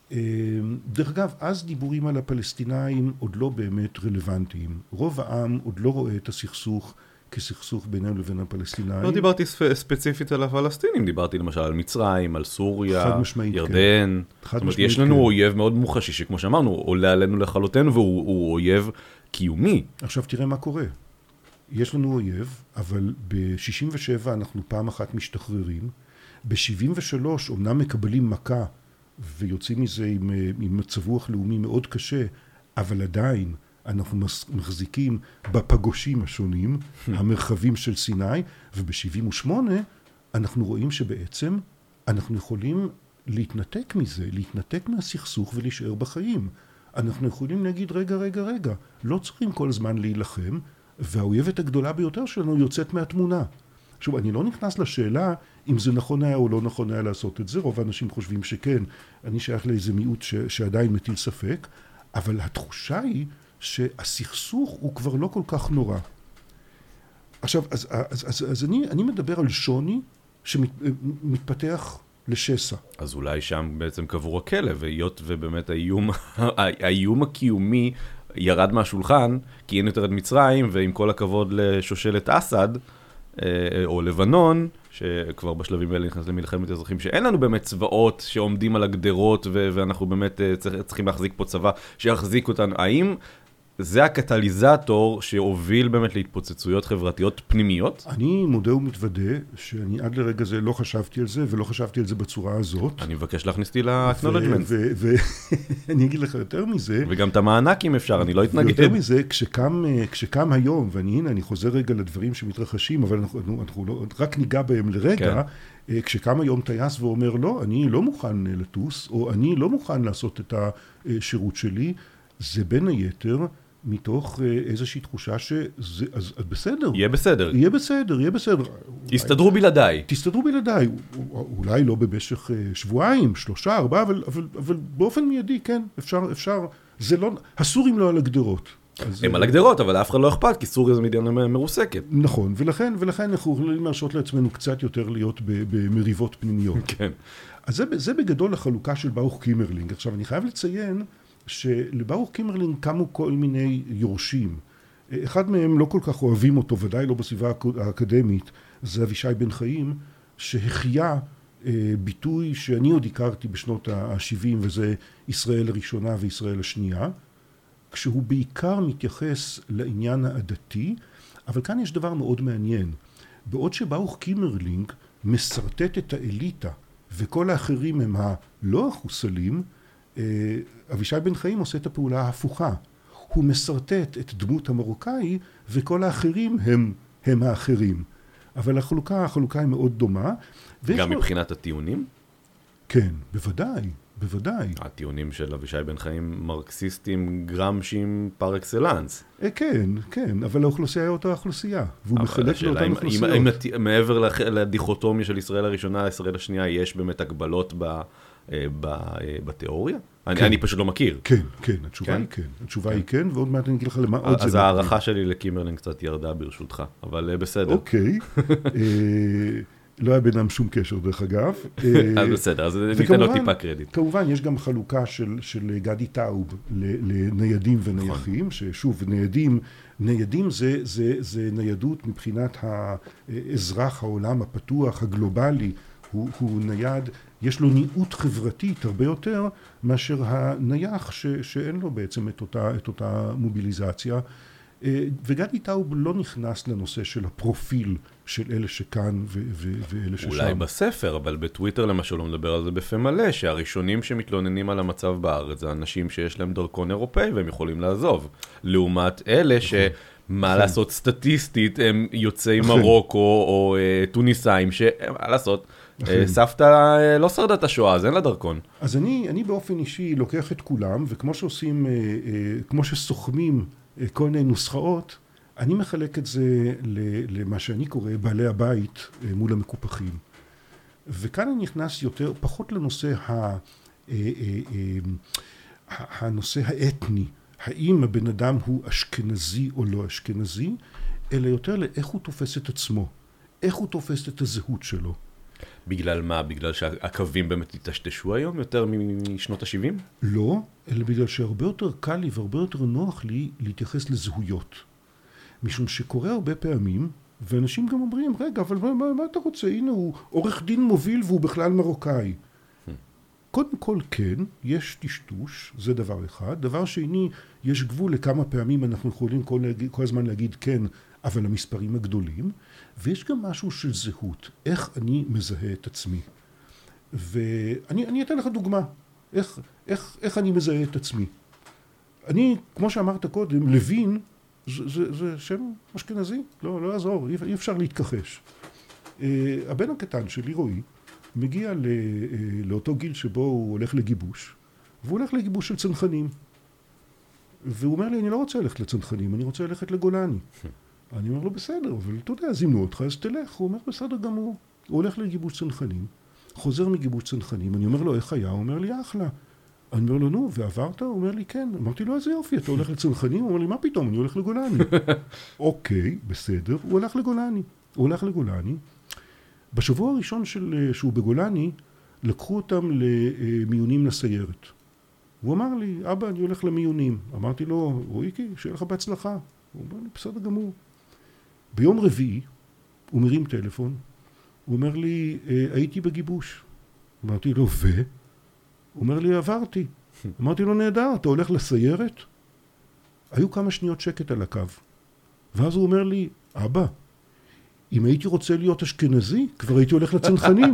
דרך אגב, אז דיבורים על הפלסטינאים עוד לא באמת רלוונטיים. רוב העם עוד לא רואה את הסכסוך כסכסוך בינינו לבין הפלסטינאים. לא דיברתי ספציפית על הפלסטינים, דיברתי למשל על מצרים, על סוריה, ירדן. זאת אומרת, יש לנו אויב מאוד מוחשי, שכמו שאמרנו, עולה עלינו לכלותנו, והוא אויב קיומי. עכשיו תראה מה קורה. יש לנו אויב, אבל ב-שישים ושבע אנחנו פעם אחת משתחררים. ב-שבעים ושלוש אומנם מקבלים מכה, ויוצאים מזה עם, עם מצב רוח לאומי מאוד קשה, אבל עדיין אנחנו מחזיקים בפגושים השונים, המרחבים של סיני, וב-שבעים ושמונה אנחנו רואים שבעצם אנחנו יכולים להתנתק מזה, להתנתק מהסכסוך ולהישאר בחיים. אנחנו יכולים להגיד, רגע, רגע, רגע, לא צריכים כל הזמן להילחם, והאויבת הגדולה ביותר שלנו יוצאת מהתמונה. שוב, אני לא נכנס לשאלה אם זה נכון היה או לא נכון היה לעשות את זה, רוב האנשים חושבים שכן, אני שייך לאיזה מיעוט ש- שעדיין מטיל ספק, אבל התחושה היא שהסכסוך הוא כבר לא כל כך נורא. עכשיו, אז, אז, אז, אז אני, אני מדבר על שוני שמתפתח לשסע. אז אולי שם בעצם קבור הכלב, והיות ובאמת האיום, האיום הקיומי ירד מהשולחן, כי אין יותר את מצרים, ועם כל הכבוד לשושלת אסד, או לבנון, שכבר בשלבים האלה נכנס למלחמת אזרחים, שאין לנו באמת צבאות שעומדים על הגדרות, ואנחנו באמת צריכים להחזיק פה צבא שיחזיק אותנו. האם זה הקטליזטור שהוביל באמת להתפוצצויות חברתיות פנימיות? אני מודה ומתוודה שאני עד לרגע זה לא חשבתי על זה, ולא חשבתי על זה בצורה הזאת. אני מבקש להכניס אותי ל-acknowledgement. ואני אגיד לך יותר מזה. וגם את המענק אם אפשר, אני לא אתנגד. ויותר מזה, כשקם, כשקם היום, ואני הנה, אני חוזר רגע לדברים שמתרחשים, אבל אנחנו, אנחנו לא, רק ניגע בהם לרגע, כן. כשקם היום טייס ואומר, לא, אני לא מוכן לטוס, או אני לא מוכן לעשות את השירות שלי, זה בין היתר, מתוך איזושהי תחושה שזה, אז, אז בסדר. יהיה בסדר. יהיה בסדר, יהיה בסדר. תסתדרו בלעדיי. תסתדרו בלעדיי. אולי לא במשך שבועיים, שלושה, ארבעה, אבל, אבל, אבל באופן מיידי, כן, אפשר, אפשר. זה לא, הסורים לא על הגדרות. הם על הגדרות, אבל אף אחד לא אכפת, כי סוריה זו מדינה מרוסקת. נכון, ולכן, ולכן אנחנו יכולים להרשות לעצמנו קצת יותר להיות במריבות פנימיות. כן. אז זה, זה בגדול החלוקה של ברוך קימרלינג. עכשיו, אני חייב לציין, שלברוך קימרלינג קמו כל מיני יורשים. אחד מהם לא כל כך אוהבים אותו, ודאי לא בסביבה האקדמית, זה אבישי בן חיים, שהחיה ביטוי שאני עוד הכרתי בשנות ה-שבעים, וזה ישראל הראשונה וישראל השנייה, כשהוא בעיקר מתייחס לעניין העדתי, אבל כאן יש דבר מאוד מעניין. בעוד שברוך קימרלינג מסרטט את האליטה, וכל האחרים הם הלא החוסלים, אבישי בן חיים עושה את הפעולה ההפוכה. הוא מסרטט את דמות המרוקאי, וכל האחרים הם, הם האחרים. אבל החלוקה, החלוקה היא מאוד דומה. גם מבחינת הטיעונים? כן, בוודאי, בוודאי. הטיעונים של אבישי בן חיים מרקסיסטים גרמשיים פר אקסלנס. כן, כן, אבל האוכלוסייה היא אותה האוכלוסיה, והוא מחלק לאותן אוכלוסיות. אם מעבר לדיכוטומיה של ישראל הראשונה, ישראל השנייה, יש באמת הגבלות ב... בתיאוריה? אני פשוט לא מכיר. כן, כן, התשובה היא כן. התשובה היא כן, ועוד מעט אני אגיד לך למה עוד זה. אז הערכה שלי לקימרלינג קצת ירדה ברשותך, אבל בסדר. אוקיי. לא היה בינם שום קשר דרך אגב. אז בסדר, אז ניתן לו טיפה קרדיט. כמובן, יש גם חלוקה של גדי טאוב לניידים ונייחים, ששוב, ניידים, ניידים זה ניידות מבחינת האזרח העולם הפתוח, הגלובלי, הוא, הוא נייד, יש לו ניעות חברתית הרבה יותר מאשר הנייח ש, שאין לו בעצם את אותה, את אותה מוביליזציה. וגדי טאוב לא נכנס לנושא של הפרופיל של אלה שכאן ו- ו- ואלה ששם. אולי בספר, אבל בטוויטר למשל הוא מדבר על זה בפה מלא, שהראשונים שמתלוננים על המצב בארץ זה אנשים שיש להם דרכון אירופאי והם יכולים לעזוב. לעומת אלה ש... מה לעשות סטטיסטית, הם יוצאי מרוקו או טוניסאים, שמה לעשות, סבתא לא שרדה את השואה, אז אין לה דרכון. אז אני, אני באופן אישי לוקח את כולם, וכמו שעושים, כמו שסוכמים כל מיני נוסחאות, אני מחלק את זה למה שאני קורא בעלי הבית מול המקופחים. וכאן אני נכנס יותר, פחות לנושא ה, הנושא האתני, האם הבן אדם הוא אשכנזי או לא אשכנזי, אלא יותר לאיך הוא תופס את עצמו, איך הוא תופס את הזהות שלו. בגלל מה? בגלל שהקווים באמת התשתשו היום יותר משנות ה-שבעים? לא, אלא בגלל שהרבה יותר קל לי והרבה יותר נוח לי להתייחס לזהויות. משום שקורה הרבה פעמים, ואנשים גם אומרים, רגע, אבל מה, מה, מה אתה רוצה? הנה, הוא עורך דין מוביל והוא בכלל מרוקאי. קודם כל, כן, יש טשטוש, זה דבר אחד. דבר שני, יש גבול לכמה פעמים אנחנו יכולים כל, כל הזמן להגיד כן, אבל המספרים הגדולים. ויש גם משהו של זהות, איך אני מזהה את עצמי. ואני אני אתן לך דוגמה, איך, איך, איך אני מזהה את עצמי. אני, כמו שאמרת קודם, לוין, זה, זה, זה שם אשכנזי, לא, לא יעזור, אי אפשר להתכחש. הבן הקטן שלי, רועי, מגיע לא, לאותו גיל שבו הוא הולך לגיבוש, והוא הולך לגיבוש של צנחנים. והוא אומר לי, אני לא רוצה ללכת לצנחנים, אני רוצה ללכת לגולני. אני אומר לו, בסדר, אבל אתה יודע, זימנו אותך, אז תלך. הוא אומר, בסדר גמור. הוא הולך לגיבוש צנחנים, חוזר מגיבוש צנחנים, אני אומר לו, איך היה? הוא אומר לי, אחלה. אני אומר לו, נו, ועברת? הוא אומר לי, כן. אמרתי לו, איזה יופי, אתה הולך לצנחנים? הוא אומר לי, מה פתאום? אני הולך לגולני. אוקיי, בסדר. הוא הולך לגולני. הוא הולך לגולני. בשבוע הראשון של, שהוא בגולני, לקחו אותם למיונים לסיירת. הוא אמר לי, אבא, אני הולך למיונים. אמרתי לו, רואיקי, שיהיה לך בהצלחה. הוא אומר לי, בסדר גמור. ביום רביעי, הוא מרים טלפון, הוא אומר לי, הייתי בגיבוש. אמרתי לו, ו? הוא אומר לי, עברתי. אמרתי לו, נהדר, אתה הולך לסיירת? היו כמה שניות שקט על הקו. ואז הוא אומר לי, אבא, אם הייתי רוצה להיות אשכנזי, כבר הייתי הולך לצנחנים.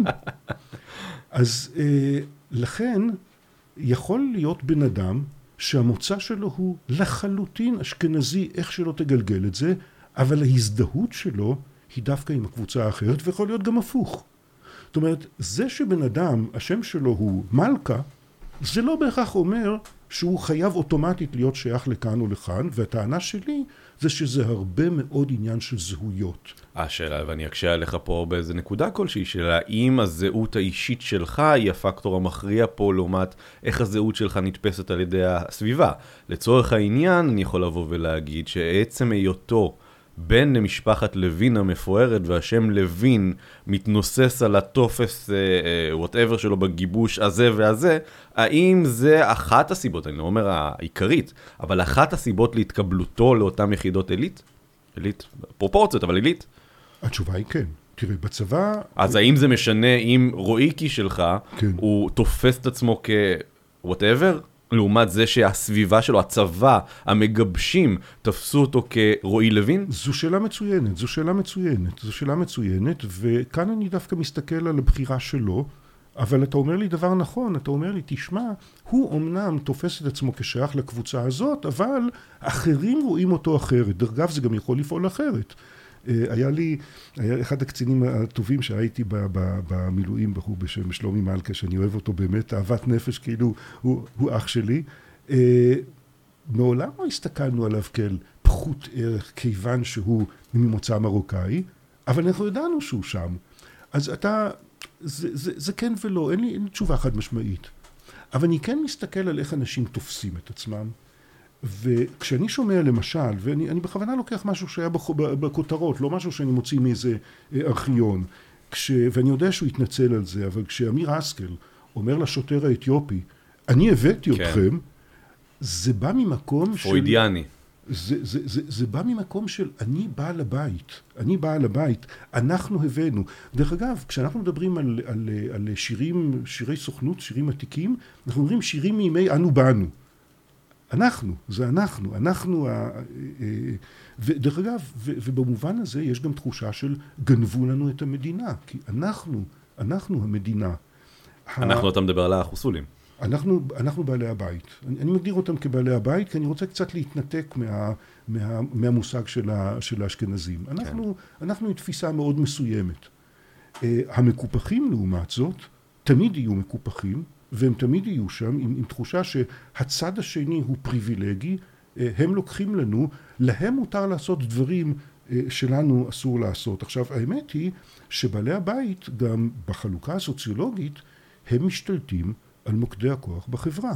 אז אה, לכן, יכול להיות בן אדם שהמוצא שלו הוא לחלוטין אשכנזי, איך שלא תגלגל את זה, אבל ההזדהות שלו היא דווקא עם הקבוצה האחרת, ויכול להיות גם הפוך. זאת אומרת, זה שבן אדם, השם שלו הוא מלכה, זה לא בהכרח אומר שהוא חייב אוטומטית להיות שייך לכאן או לכאן, והטענה שלי זה שזה הרבה מאוד עניין של זהויות. השאלה, ואני אקשה עליך פה באיזה נקודה כלשהי, שאלה, האם הזהות האישית שלך היא הפקטור המכריע פה, לעומת איך הזהות שלך נתפסת על ידי הסביבה. לצורך העניין, אני יכול לבוא ולהגיד שעצם היותו בן למשפחת לוין המפוארת, והשם לוין מתנוסס על הטופס whatever שלו בגיבוש הזה והזה, האם זה אחת הסיבות, אני לא אומר העיקרית, אבל אחת הסיבות להתקבלותו לאותם יחידות עילית? עילית, פרופורציות, אבל עילית? התשובה היא כן. תראה, בצבא... אז האם זה משנה אם רואיקי שלך, כן. הוא תופס את עצמו כ-whatever? לעומת זה שהסביבה שלו, הצבא, המגבשים, תפסו אותו כרועי לוין? זו שאלה מצוינת, זו שאלה מצוינת, זו שאלה מצוינת, וכאן אני דווקא מסתכל על הבחירה שלו, אבל אתה אומר לי דבר נכון, אתה אומר לי, תשמע, הוא אמנם תופס את עצמו כשייך לקבוצה הזאת, אבל אחרים רואים אותו אחרת. דרך אגב, זה גם יכול לפעול אחרת. היה לי, היה אחד הקצינים הטובים שהייתי במילואים, בחור בשם שלומי מלכה, שאני אוהב אותו באמת, אהבת נפש, כאילו הוא, הוא אח שלי. מעולם לא הסתכלנו עליו כאל פחות ערך, כיוון שהוא ממוצא מרוקאי, אבל אנחנו ידענו שהוא שם. אז אתה, זה, זה, זה כן ולא, אין לי, אין לי תשובה חד משמעית. אבל אני כן מסתכל על איך אנשים תופסים את עצמם, וכשאני שומע למשל, ואני אני בכוונה לוקח משהו שהיה בכותרות, לא משהו שאני מוציא מאיזה ארכיון, כש, ואני יודע שהוא יתנצל על זה, אבל כשאמיר אסקל אומר לשוטר האתיופי, אני הבאתי כן. אתכם, זה בא ממקום של... פרוידיאני. זה, זה, זה, זה בא ממקום של אני בעל הבית, אני בעל הבית, אנחנו הבאנו. דרך אגב, כשאנחנו מדברים על, על, על שירים, שירי סוכנות, שירים עתיקים, אנחנו אומרים שירים מימי אנו באנו. אנחנו, זה אנחנו, אנחנו, ודרך אגב, ובמובן הזה יש גם תחושה של גנבו לנו את המדינה, כי אנחנו, אנחנו המדינה. אנחנו, אתה מדבר על החוסולים. אנחנו, אנחנו בעלי הבית. אני, אני מגדיר אותם כבעלי הבית, כי אני רוצה קצת להתנתק מה, מה, מהמושג של, ה, של האשכנזים. אנחנו, כן. אנחנו עם תפיסה מאוד מסוימת. המקופחים לעומת זאת, תמיד יהיו מקופחים, והם תמיד יהיו שם עם, עם תחושה שהצד השני הוא פריבילגי, הם לוקחים לנו, להם מותר לעשות דברים שלנו אסור לעשות. עכשיו, האמת היא שבעלי הבית, גם בחלוקה הסוציולוגית, הם משתלטים על מוקדי הכוח בחברה.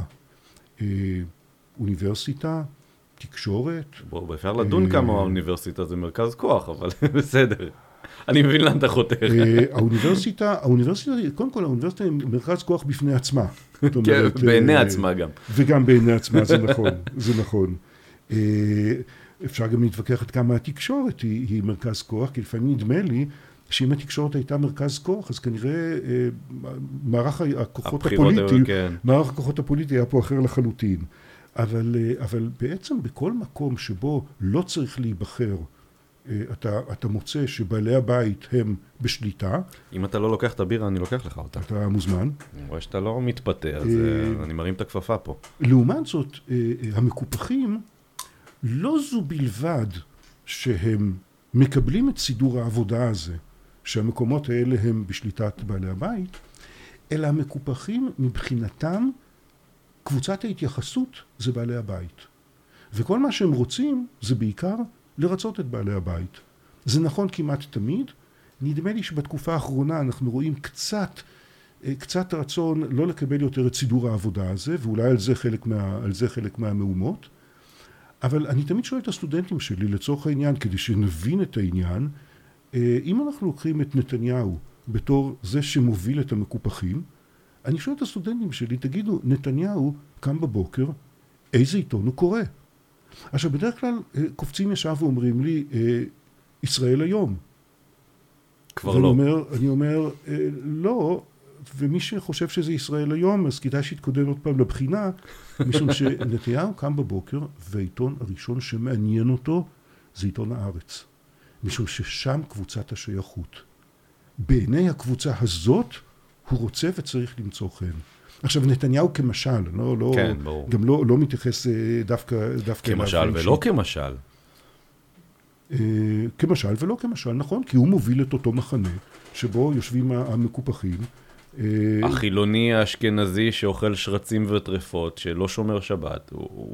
אוניברסיטה, תקשורת. בואו, אפשר לדון כמה האוניברסיטה זה מרכז כוח, אבל בסדר. אני מבין לאן אתה חותר. האוניברסיטה, האוניברסיטה, קודם כל, האוניברסיטה היא מרכז כוח בפני עצמה. כן, בעיני עצמה גם. וגם בעיני עצמה, זה נכון, זה נכון. אפשר גם להתווכח עד כמה התקשורת היא, היא מרכז כוח, כי לפעמים נדמה לי שאם התקשורת הייתה מרכז כוח, אז כנראה מערך הכוחות הפוליטי, כן. מערך הכוחות הפוליטי היה פה אחר לחלוטין. אבל, אבל בעצם בכל מקום שבו לא צריך להיבחר, אתה, אתה מוצא שבעלי הבית הם בשליטה. אם אתה לא לוקח את הבירה, אני לוקח לך אותה. אתה מוזמן. אני רואה שאתה לא מתפתה, אז אני מרים את הכפפה פה. לעומת זאת, המקופחים, לא זו בלבד שהם מקבלים את סידור העבודה הזה, שהמקומות האלה הם בשליטת בעלי הבית, אלא המקופחים מבחינתם, קבוצת ההתייחסות זה בעלי הבית. וכל מה שהם רוצים זה בעיקר לרצות את בעלי הבית. זה נכון כמעט תמיד. נדמה לי שבתקופה האחרונה אנחנו רואים קצת, קצת רצון לא לקבל יותר את סידור העבודה הזה, ואולי על זה חלק מה, על זה חלק מהמהומות. אבל אני תמיד שואל את הסטודנטים שלי, לצורך העניין, כדי שנבין את העניין, אם אנחנו לוקחים את נתניהו בתור זה שמוביל את המקופחים, אני שואל את הסטודנטים שלי, תגידו, נתניהו קם בבוקר, איזה עיתון הוא קורא? עכשיו, בדרך כלל קופצים ישר ואומרים לי, ישראל היום. כבר לא. אומר, אני אומר, לא, ומי שחושב שזה ישראל היום, אז כדאי שיתקודם עוד פעם לבחינה, משום שנתניהו קם בבוקר, והעיתון הראשון שמעניין אותו, זה עיתון הארץ. משום ששם קבוצת השייכות. בעיני הקבוצה הזאת, הוא רוצה וצריך למצוא חן. עכשיו, נתניהו כמשל, לא, לא, כן, ברור. גם לא, לא מתייחס דווקא, דווקא כמשל ולא כמשל. כמשל ולא כמשל, נכון, כי הוא מוביל את אותו מחנה, שבו יושבים המקופחים. החילוני האשכנזי שאוכל שרצים וטרפות, שלא שומר שבת,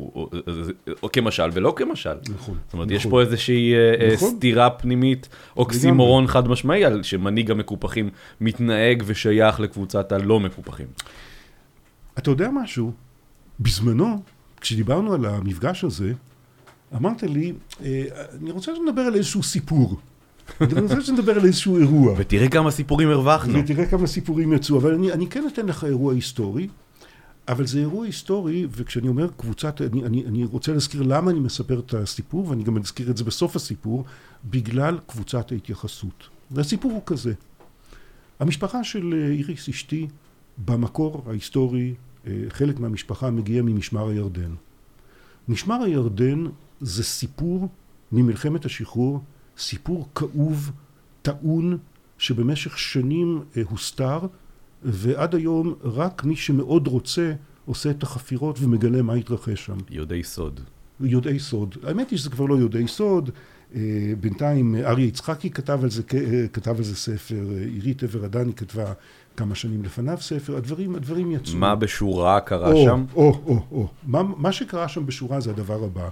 או כמשל ולא כמשל. נכון. זאת אומרת, יש פה איזושהי סתירה פנימית, אוקסימורון חד משמעי, על שמנהיג המקופחים מתנהג ושייך לקבוצת הלא מקופחים. אתה יודע משהו? בזמנו, כשדיברנו על המפגש הזה, אמרת לי, אני רוצה שנדבר על איזשהו סיפור. אני רוצה שנדבר על איזשהו אירוע. ותראה כמה סיפורים הרווחנו. ותראה כמה סיפורים יצאו, אבל אני, אני כן אתן לך אירוע היסטורי, אבל זה אירוע היסטורי, וכשאני אומר קבוצת, אני, אני, אני רוצה להזכיר למה אני מספר את הסיפור, ואני גם אזכיר את זה בסוף הסיפור, בגלל קבוצת ההתייחסות. והסיפור הוא כזה. המשפחה של איריס אשתי, במקור ההיסטורי, חלק מהמשפחה מגיע ממשמר הירדן. משמר הירדן זה סיפור ממלחמת השחרור, סיפור כאוב, טעון, שבמשך שנים הוסתר, ועד היום רק מי שמאוד רוצה עושה את החפירות ומגלה מה התרחש שם. יודעי סוד. יודעי סוד. האמת היא שזה כבר לא יודעי סוד. בינתיים אריה יצחקי כתב על זה, כתב על זה ספר, עירית עבר עדני כתבה כמה שנים לפניו ספר, הדברים, הדברים יצאו. מה בשורה קרה או, שם? או, או, או. מה, מה שקרה שם בשורה זה הדבר הבא.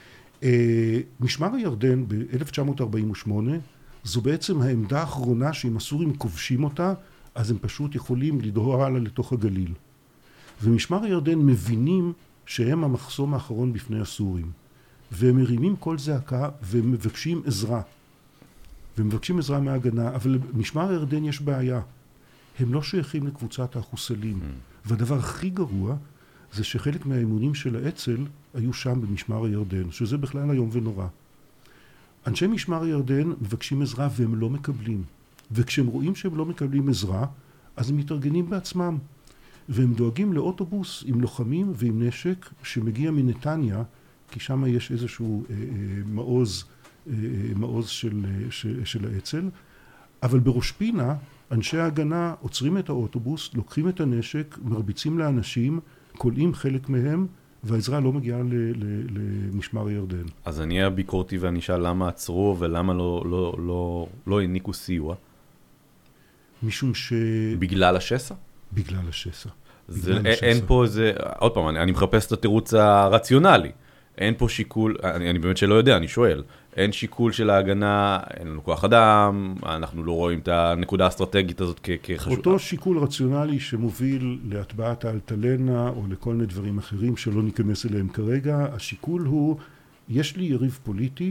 משמר הירדן ב-אלף תשע מאות ארבעים ושמונה, זו בעצם העמדה האחרונה שאם הסורים כובשים אותה, אז הם פשוט יכולים לדהור הלאה לתוך הגליל. ומשמר הירדן מבינים שהם המחסום האחרון בפני הסורים. והם מרימים כל זעקה ומבקשים עזרה. ומבקשים עזרה מההגנה, אבל במשמר הירדן יש בעיה. הם לא שייכים לקבוצת החוסלים. Mm. והדבר הכי גרוע זה שחלק מהאימונים של האצ"ל היו שם במשמר הירדן, שזה בכלל היום ונורא. אנשי משמר הירדן מבקשים עזרה והם לא מקבלים. וכשהם רואים שהם לא מקבלים עזרה, אז הם מתארגנים בעצמם. והם דואגים לאוטובוס עם לוחמים ועם נשק שמגיע מנתניה, כי שם יש איזשהו אה, אה, מעוז, אה, מעוז של, של, של האצ"ל. אבל בראש פינה, אנשי ההגנה עוצרים את האוטובוס, לוקחים את הנשק, מרביצים לאנשים, קולעים חלק מהם, והעזרה לא מגיעה ל, ל, למשמר הירדן. אז אני אהיה ביקורתי ואני אשאל למה עצרו ולמה לא, לא, לא, לא העניקו סיוע? משום ש... בגלל השסע? בגלל השסע. זה, בגלל השסע. אין פה איזה... עוד פעם, אני, אני מחפש את התירוץ הרציונלי. אין פה שיקול, אני, אני באמת שלא יודע, אני שואל. אין שיקול של ההגנה, אין לנו כוח אדם, אנחנו לא רואים את הנקודה האסטרטגית הזאת כחשובה. אותו שיקול רציונלי שמוביל להטבעת האלטלנה או לכל מיני דברים אחרים שלא ניכנס אליהם כרגע, השיקול הוא, יש לי יריב פוליטי,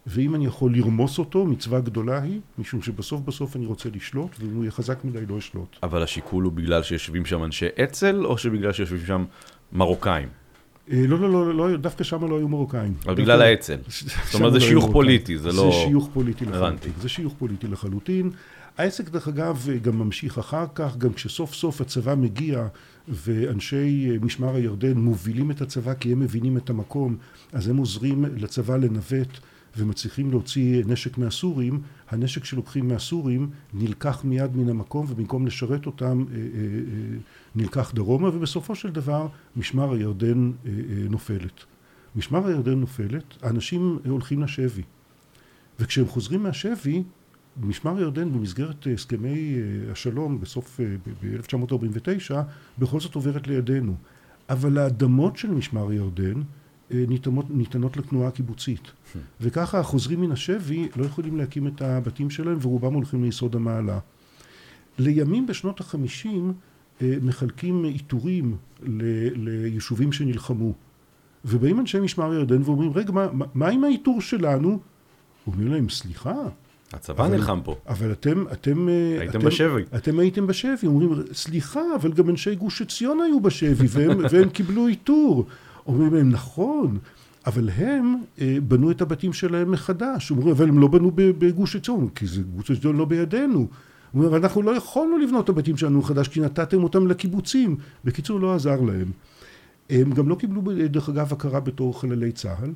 ואם אני יכול לרמוס אותו, מצווה גדולה היא, משום שבסוף בסוף אני רוצה לשלוט, ואם הוא יהיה חזק מדי לא אשלוט. אבל השיקול הוא בגלל שיושבים שם אנשי אצ"ל, או שבגלל שיושבים שם מרוקאים? לא, לא, לא, לא, דווקא שם לא היו מרוקאים. אבל בגלל האצ"ל. זאת אומרת, זה שיוך פוליטי, זה לא... זה שיוך פוליטי לחלוטין. זה שיוך פוליטי לחלוטין. העסק, דרך אגב, גם ממשיך אחר כך, גם כשסוף סוף הצבא מגיע, ואנשי משמר הירדן מובילים את הצבא כי הם מבינים את המקום, אז הם עוזרים לצבא לנווט ומצליחים להוציא נשק מהסורים. הנשק שלוקחים מהסורים נלקח מיד מן המקום, ובמקום לשרת אותם נלקח דרומה, ובסופו של דבר משמר הירדן נופלת. משמר הירדן נופלת, האנשים הולכים לשבי. וכשהם חוזרים מהשבי, משמר הירדן במסגרת הסכמי השלום בסוף ב-אלף תשע מאות ארבעים ותשע בכל זאת עוברת לידינו. אבל האדמות של משמר הירדן ניתנות, ניתנות לתנועה הקיבוצית. וככה החוזרים מן השבי לא יכולים להקים את הבתים שלהם, ורובם הולכים ליסוד המעלה. לימים בשנות החמישים מחלקים איתורים ליישובים שנלחמו. ובאים אנשי משמר הירדן ואומרים, רגע, מה, מה עם האיתור שלנו? אומרים להם, סליחה. הצבא נלחם פה. אבל אתם, אתם, הייתם אתם, בשבי. אתם הייתם בשבי. אומרים, סליחה, אבל גם אנשי גוש עציון היו בשבי, והם, והם קיבלו איתור. אומרים להם, נכון, אבל הם בנו את הבתים שלהם מחדש. אומרים, אבל הם לא בנו בגוש עציון, כי זה גוש עציון לא בידינו. אומרים, אבל אנחנו לא יכולנו לבנות את הבתים שלנו מחדש, כי נתתם אותם לקיבוצים. בקיצור, לא עזר להם. הם גם לא קיבלו, דרך אגב, הכרה בתור חללי צה"ל,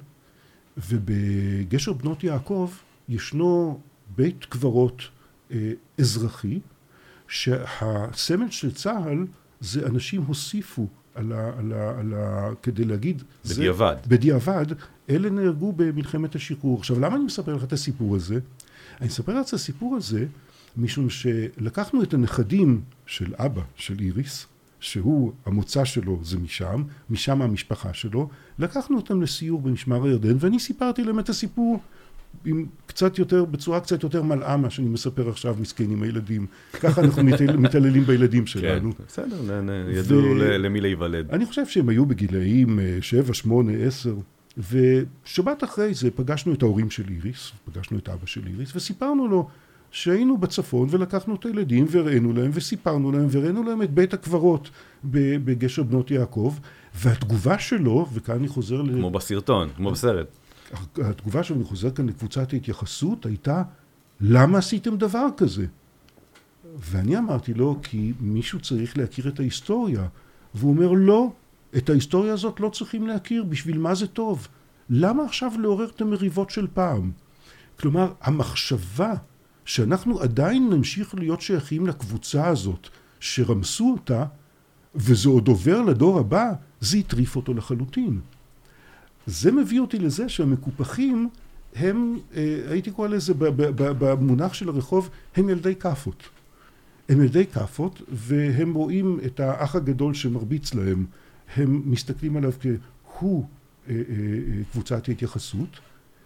ובגשר בנות יעקב ישנו בית קברות אה, אזרחי, שהסמל של צה"ל זה אנשים הוסיפו על ה, על ה, על ה, כדי להגיד... בדיעבד. זה, בדיעבד, אלה נהרגו במלחמת השחרור. עכשיו, למה אני מספר לך את הסיפור הזה? אני מספר לך את הסיפור הזה, משום שלקחנו את הנכדים של אבא, של איריס, שהוא, המוצא שלו זה משם, משם המשפחה שלו, לקחנו אותם לסיור במשמר הירדן, ואני סיפרתי להם את הסיפור עם קצת יותר, בצורה קצת יותר מלאה מה שאני מספר עכשיו, מסכן עם הילדים. ככה אנחנו מתעללים בילדים שלנו. כן, בסדר, ידעו למי להיוולד. אני חושב שהם היו בגילאים שבע, שמונה, עשר, ושבת אחרי זה פגשנו את ההורים של איריס, פגשנו את אבא של איריס, וסיפרנו לו שהיינו בצפון ולקחנו את הילדים וראינו להם וסיפרנו להם וראינו להם את בית הקברות בגשר בנות יעקב, והתגובה שלו, וכאן אני חוזר... כמו בסרטון, כמו בסרט. התגובה שלו, אני חוזר כאן לקבוצת ההתייחסות, הייתה, למה עשיתם דבר כזה? ואני אמרתי לו, כי מישהו צריך להכיר את ההיסטוריה. והוא אומר, לא, את ההיסטוריה הזאת לא צריכים להכיר, בשביל מה זה טוב? למה עכשיו לעורר את המריבות של פעם? כלומר, המחשבה שאנחנו עדיין נמשיך להיות שייכים לקבוצה הזאת, שרמסו אותה, וזה עוד עובר לדור הבא, זה יטריף אותו לחלוטין. זה מביא אותי לזה שהמקופחים הם, הייתי קורא לזה במונח של הרחוב, הם ילדי קפות. הם ילדי קפות, והם רואים את האח הגדול שמרביץ להם, הם מסתכלים עליו כהוא קבוצת ההתייחסות,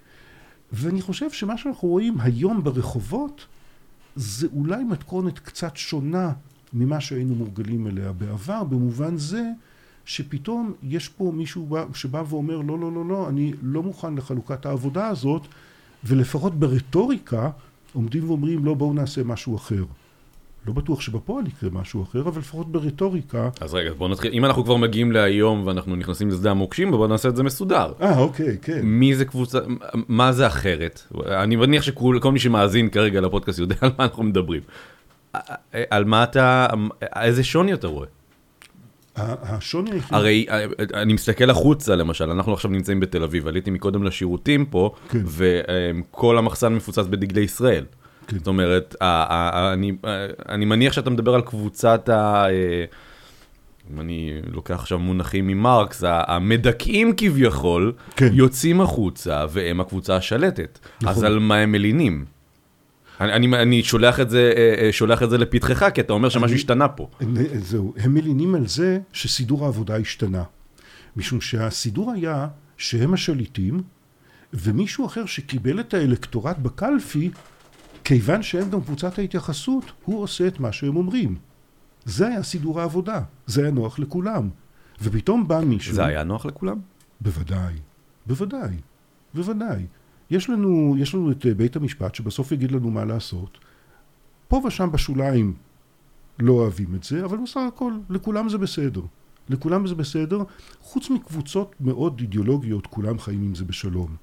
ואני חושב שמה שאנחנו רואים היום ברחובות, זה אולי מתכונת קצת שונה ממה שהיינו מורגלים אליה בעבר, במובן זה שפתאום יש פה מישהו שבא ואומר, לא, לא, לא, לא, אני לא מוכן לחלוקת העבודה הזאת, ולפחות ברטוריקה עומדים ואומרים, לא, בואו נעשה משהו אחר. לא בטוח שבפועל יקרה משהו אחר, אבל לפחות ברטוריקה... אז רגע, בואו נתחיל. אם אנחנו כבר מגיעים להיום ואנחנו נכנסים לשדה המוקשים, בואו נעשה את זה מסודר. אה, אוקיי, כן. מי זה קבוצה, מה זה אחרת? אני מניח שכל מי שמאזין כרגע לפודקאסט יודע על מה אנחנו מדברים. על מה אתה, איזה שוני אתה רואה? השוני... הרי אני מסתכל החוצה למשל, אנחנו עכשיו נמצאים בתל אביב, עליתי מקודם לשירותים פה, וכל המחסן מפוצץ בדגלי ישראל. זאת אומרת, אני מניח שאתה מדבר על קבוצת, אם אני לוקח עכשיו מונחים ממרקס, המדכאים כביכול יוצאים החוצה, והם הקבוצה השלטת. אז על מה הם מלינים? אני שולח את זה, שולח את זה לפתחך, כי אתה אומר שמשהו השתנה פה. זהו, הם מלינים על זה שסידור העבודה השתנה. משום שהסידור היה שהם השליטים, ומישהו אחר שקיבל את האלקטורט בקלפי, כיוון שהם גם קבוצת ההתייחסות, הוא עושה את מה שהם אומרים. זה היה סידור העבודה. זה היה נוח לכולם. ופתאום בא מישהו... זה היה נוח לכולם? בוודאי. בוודאי. בוודאי. יש לנו, יש לנו את בית המשפט שבסוף יגיד לנו מה לעשות. פה ושם בשוליים לא אוהבים את זה, אבל בסך הכל, לכולם זה בסדר. לכולם זה בסדר, חוץ מקבוצות מאוד אידיאולוגיות, כולם חיים עם זה בשלום.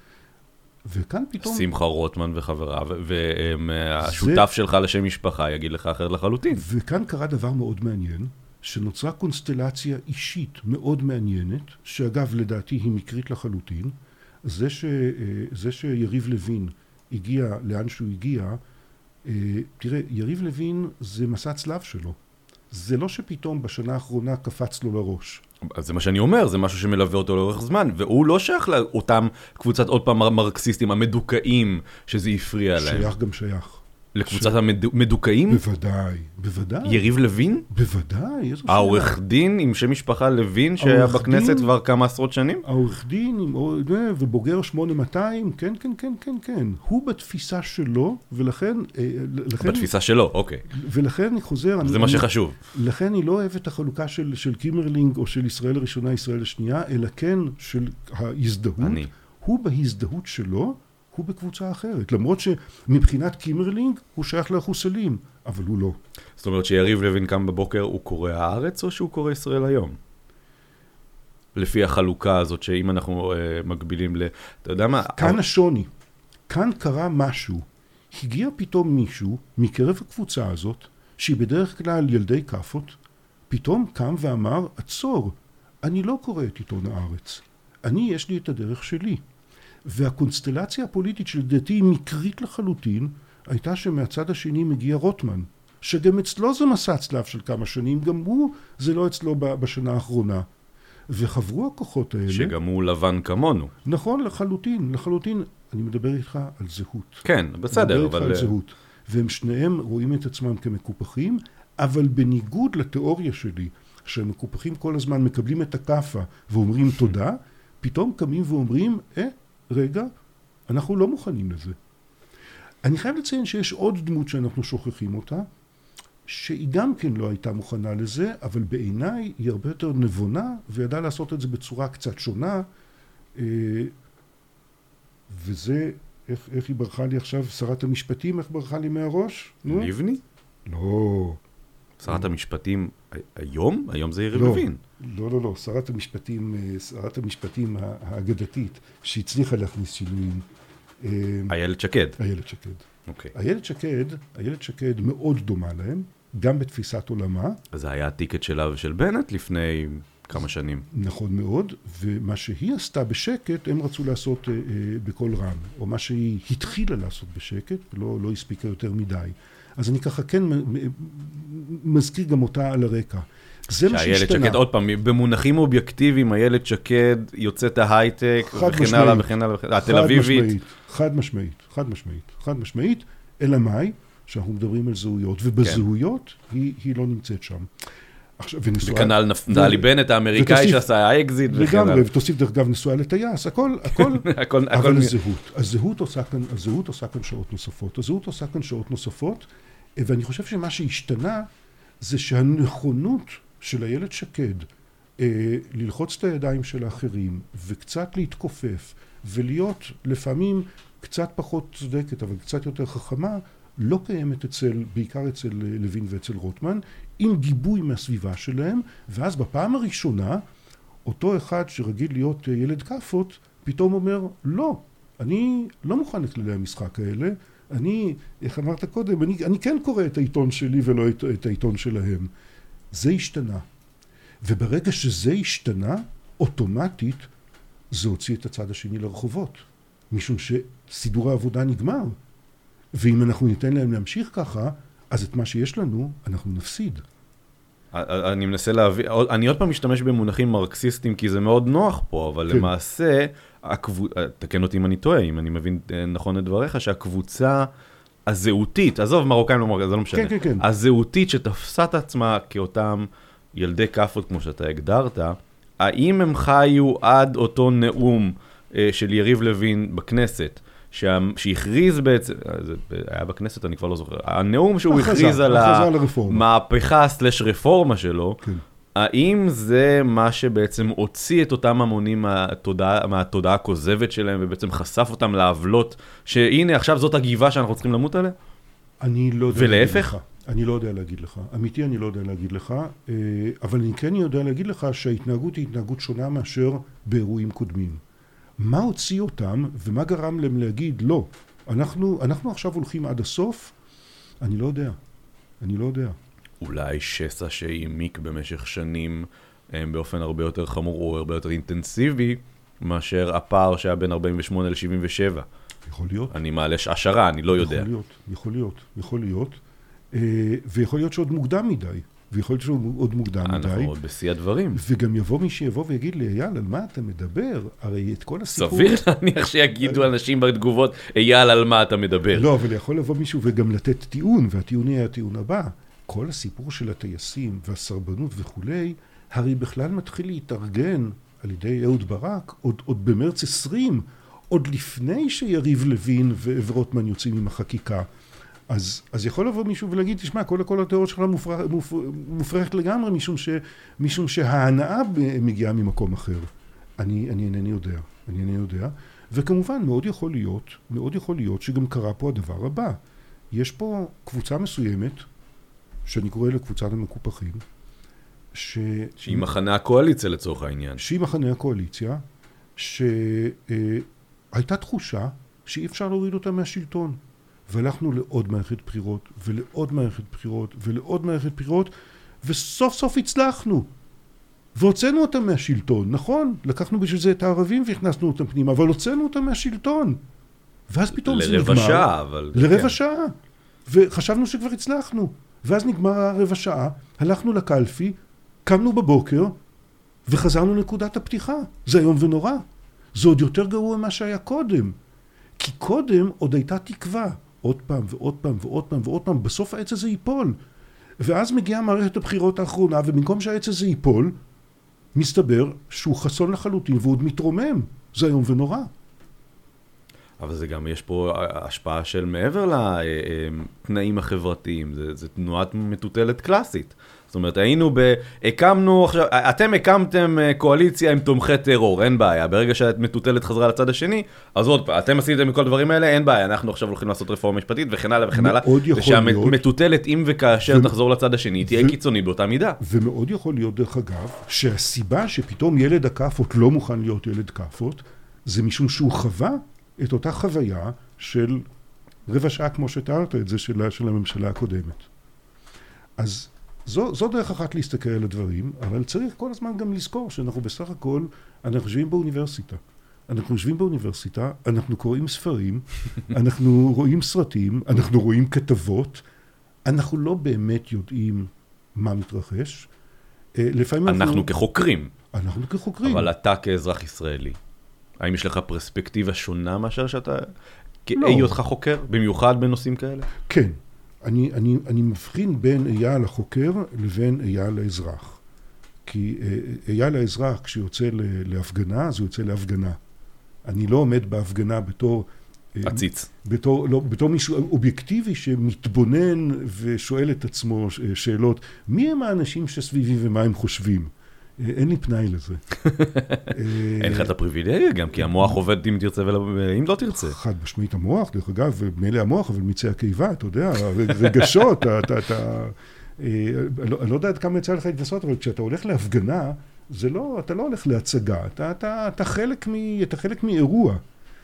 וכאן פתאום... שמחה רוטמן וחבריו, והשותף זה... שלך לשם משפחה יגיד לך אחרת לחלוטין. וכאן קרה דבר מאוד מעניין, שנוצרה קונסטלציה אישית מאוד מעניינת, שאגב לדעתי היא מקרית לחלוטין, זה, ש... זה שיריב לוין הגיע לאן שהוא הגיע, תראה, יריב לוין זה מסע צלב שלו. זה לא שפתאום בשנה האחרונה קפץ לו לראש. אז זה מה שאני אומר, זה משהו שמלווה אותו לאורך זמן, והוא לא שייך לאותם קבוצת עוד פעם מרקסיסטים המדוכאים שזה הפריע להם. שייך גם שייך. לקבוצת ש... המדוכאים? בוודאי, בוודאי. יריב לוין? בוודאי, איזו שאלה. העורך דין עם שם משפחה לוין שהיה בכנסת דין, כבר כמה עשרות שנים? העורך דין עם, ובוגר שמונה מאתיים, כן, כן, כן, כן, כן. הוא בתפיסה שלו, ולכן... לכן, בתפיסה שלו, אוקיי. ולכן אני חוזר... זה אני, מה שחשוב. לכן אני לא אוהב את החלוקה של, של קימרלינג או של ישראל הראשונה, ישראל השנייה, אלא כן של ההזדהות. אני. הוא בהזדהות שלו, הוא בקבוצה אחרת, למרות שמבחינת קימרלינג הוא שייך לחוסלים, אבל הוא לא. זאת אומרת שיריב לוין קם בבוקר, הוא קורא הארץ או שהוא קורא ישראל היום? לפי החלוקה הזאת, שאם אנחנו uh, מגבילים ל... אתה יודע מה? כאן אבל... השוני. כאן קרה משהו. הגיע פתאום מישהו מקרב הקבוצה הזאת, שהיא בדרך כלל ילדי כפות, פתאום קם ואמר, עצור, אני לא קורא את עיתון הארץ. אני, יש לי את הדרך שלי. והקונסטלציה הפוליטית שלדעתי היא מקרית לחלוטין, הייתה שמהצד השני מגיע רוטמן, שגם אצלו זה מסע צלב של כמה שנים, גם הוא, זה לא אצלו בשנה האחרונה. וחברו הכוחות האלה... שגם הוא לבן כמונו. נכון, לחלוטין, לחלוטין. אני מדבר איתך על זהות. כן, בסדר, אני אבל... מדבר איתך על זהות. והם שניהם רואים את עצמם כמקופחים, אבל בניגוד לתיאוריה שלי, שהמקופחים כל הזמן מקבלים את הקפה ואומרים תודה, פתאום קמים ואומרים, אה, רגע, אנחנו לא מוכנים לזה. אני חייב לציין שיש עוד דמות שאנחנו שוכחים אותה, שהיא גם כן לא הייתה מוכנה לזה, אבל בעיניי היא הרבה יותר נבונה, וידעה לעשות את זה בצורה קצת שונה, וזה, איך, איך היא ברחה לי עכשיו, שרת המשפטים, איך ברחה לי מהראש? לבני? לא. שרת המשפטים היום? היום זה יריב לוין. לא, לא, לא. שרת המשפטים, שרת המשפטים האגדתית, שהצליחה להכניס שינויים. איילת שקד. איילת שקד. אוקיי. איילת שקד, איילת שקד מאוד דומה להם, גם בתפיסת עולמה. אז זה היה הטיקט שלה ושל בנט לפני כמה שנים. נכון מאוד, ומה שהיא עשתה בשקט, הם רצו לעשות אה, בכל רם, או מה שהיא התחילה לעשות בשקט, ולא לא הספיקה יותר מדי. אז אני ככה כן מזכיר גם אותה על הרקע. זה מה שהשתנה. שהיילת שקד, עוד פעם, במונחים אובייקטיביים, היילת שקד יוצאת ההייטק, וכן הלאה וכן הלאה, התל אביבית. חד משמעית, חד משמעית, חד משמעית, אלא מאי, שאנחנו מדברים על זהויות, ובזהויות היא, היא לא נמצאת שם. וכנ"ל נפתלי בנט האמריקאי שעשה האקזיט וכן הלאה. ותוסיף דרך אגב נשואה לטייס, הכל, הכל, אבל הזהות. הזהות עושה כאן, הזהות עושה כאן שעות נוספות. הזהות עושה כאן שעות נוספות, ואני חושב שמה שהשתנה, זה שהנכונות של איילת שקד, ללחוץ את הידיים של האחרים, וקצת להתכופף, ולהיות לפעמים קצת פחות צודקת, אבל קצת יותר חכמה, לא קיימת אצל, בעיקר אצל לוין ואצל רוטמן, עם גיבוי מהסביבה שלהם, ואז בפעם הראשונה, אותו אחד שרגיל להיות ילד כפות, פתאום אומר, לא, אני לא מוכן לכללי המשחק האלה, אני, איך אמרת קודם, אני, אני כן קורא את העיתון שלי ולא את, את העיתון שלהם. זה השתנה. וברגע שזה השתנה, אוטומטית, זה הוציא את הצד השני לרחובות. משום שסידור העבודה נגמר. ואם אנחנו ניתן להם להמשיך ככה, אז את מה שיש לנו, אנחנו נפסיד. אני מנסה להביא, אני עוד פעם משתמש במונחים מרקסיסטיים, כי זה מאוד נוח פה, אבל כן. למעשה, הקבוצ... תקן אותי אם אני טועה, אם אני מבין נכון את דבריך, שהקבוצה הזהותית, עזוב, מרוקאים לא מרוקאים, זה לא משנה, כן, כן, כן. הזהותית שתפסה את עצמה כאותם ילדי כפות, כמו שאתה הגדרת, האם הם חיו עד אותו נאום של יריב לוין בכנסת, שהכריז בעצם, זה היה בכנסת, אני כבר לא זוכר, הנאום שהוא הכריז על המהפכה סלש רפורמה שלו, האם זה מה שבעצם הוציא את אותם המונים מהתודעה, מהתודעה הכוזבת שלהם, ובעצם חשף אותם לעוולות, שהנה עכשיו זאת הגיבה שאנחנו צריכים למות עליה? אני לא יודע ולהפך? להגיד לך. אני לא יודע להגיד לך. אמיתי אני לא יודע להגיד לך, אבל אני כן יודע להגיד לך שההתנהגות היא התנהגות שונה מאשר באירועים קודמים. מה הוציא אותם ומה גרם להם להגיד לא? אנחנו, אנחנו עכשיו הולכים עד הסוף? אני לא יודע. אני לא יודע. אולי שסע שהעמיק במשך שנים באופן הרבה יותר חמור או הרבה יותר אינטנסיבי, מאשר הפער שהיה בין ארבעים ושמונה ל-שבעים ושבע. יכול להיות. אני מעלה השערה, אני לא יודע. יכול להיות, יכול להיות, יכול להיות. ויכול להיות שעוד מוקדם מדי. ויכול להיות שעוד מוקדם מדי. אנחנו עוד בשיא הדברים. וגם יבוא מי שיבוא ויגיד לי, אייל, על מה אתה מדבר? הרי את כל הסיפור... סביר להניח שיגידו אנשים בתגובות, אייל, על מה אתה מדבר? לא, אבל יכול לבוא מישהו וגם לתת טיעון, והטיעון יהיה הטיעון הבא. כל הסיפור של הטייסים והסרבנות וכולי, הרי בכלל מתחיל להתארגן על ידי אהוד ברק, עוד, עוד במרץ עשרים, עוד לפני שיריב לוין ורוטמן יוצאים עם החקיקה. אז, אז יכול לבוא מישהו ולהגיד, תשמע, כל, כל התיאוריה שלך מופרח, מופ, מופרכת לגמרי, משום, ש, משום שההנאה מגיעה ממקום אחר. אני, אני אינני יודע, אני אינני יודע. וכמובן, מאוד יכול להיות, מאוד יכול להיות שגם קרה פה הדבר הבא. יש פה קבוצה מסוימת, שאני קורא לקבוצת המקופחים, ש... שהיא מחנה הקואליציה לצורך העניין. שהיא מחנה הקואליציה, שהייתה תחושה שאי אפשר להוריד אותה מהשלטון. והלכנו לעוד מערכת בחירות, ולעוד מערכת בחירות, ולעוד מערכת בחירות, וסוף סוף הצלחנו. והוצאנו אותם מהשלטון, נכון? לקחנו בשביל זה את הערבים והכנסנו אותם פנימה, אבל הוצאנו אותם מהשלטון. ואז פתאום זה נגמר. לרבע שעה, אבל... לרבע שעה. וחשבנו שכבר הצלחנו. ואז נגמר הרבע שעה, הלכנו לקלפי, קמנו בבוקר, וחזרנו לנקודת הפתיחה. זה היום ונורא. זה עוד יותר גרוע ממה שהיה קודם. כי קודם עוד הייתה תקווה. עוד פעם ועוד פעם ועוד פעם ועוד פעם. בסוף העץ הזה ייפול. ואז מגיעה מערכת הבחירות האחרונה, ובמקום שהעץ הזה ייפול, מסתבר שהוא חסון לחלוטין, והוא עוד מתרומם. זה היום ונורא. אבל זה גם, יש פה השפעה של מעבר לתנאים החברתיים, זה, זה תנועת מטוטלת קלאסית. זאת אומרת, היינו ב... הקמנו, עכשיו, אתם הקמתם קואליציה עם תומכי טרור, אין בעיה. ברגע שאת מטוטלת חזרה לצד השני, אז עוד פעם, אתם עשיתם מכל הדברים האלה, אין בעיה. אנחנו עכשיו הולכים לעשות רפורמה משפטית וכן הלאה וכן הלאה. ושהמטוטלת, אם וכאשר ו... תחזור לצד השני, תהיה ו... קיצוני באותה מידה. ומאוד יכול להיות, דרך אגב, שהסיבה שפתאום ילד הכאפות לא מוכן להיות ילד כאפות, זה משום שהוא חווה את אותה חוויה של רבע שעה, כמו שתיארת את זה, של, של הממשלה הקודמת. אז זו, זו דרך אחת להסתכל על הדברים, אבל צריך כל הזמן גם לזכור שאנחנו בסך הכל, אנחנו יושבים באוניברסיטה. אנחנו יושבים באוניברסיטה, אנחנו קוראים ספרים, אנחנו רואים סרטים, אנחנו רואים כתבות, אנחנו לא באמת יודעים מה מתרחש. לפעמים אנחנו, אנחנו כחוקרים. אנחנו כחוקרים. אבל אתה כאזרח ישראלי. האם יש לך פרספקטיבה שונה מאשר שאתה, לא. היותך חוקר, במיוחד בנושאים כאלה? כן. אני, אני, אני מבחין בין אייל החוקר לבין אייל האזרח. כי אייל האזרח, כשיוצא להפגנה, אז הוא יוצא להפגנה. אני לא עומד בהפגנה בתור... עציץ. בתור, לא, בתור מישהו אובייקטיבי שמתבונן ושואל את עצמו שאלות, מי הם האנשים שסביבי ומה הם חושבים? אין לי פנאי לזה. אין לך את הפריבילגיה גם, כי המוח עובד אם תרצה ואם לא תרצה. חד משמעית המוח, דרך אגב, מילא המוח, אבל מצא הקיבה, אתה יודע, רגשות, אתה... אני לא יודע עד כמה יצא לך להתנסות, אבל כשאתה הולך להפגנה, זה לא, אתה לא הולך להצגה, אתה חלק מאירוע.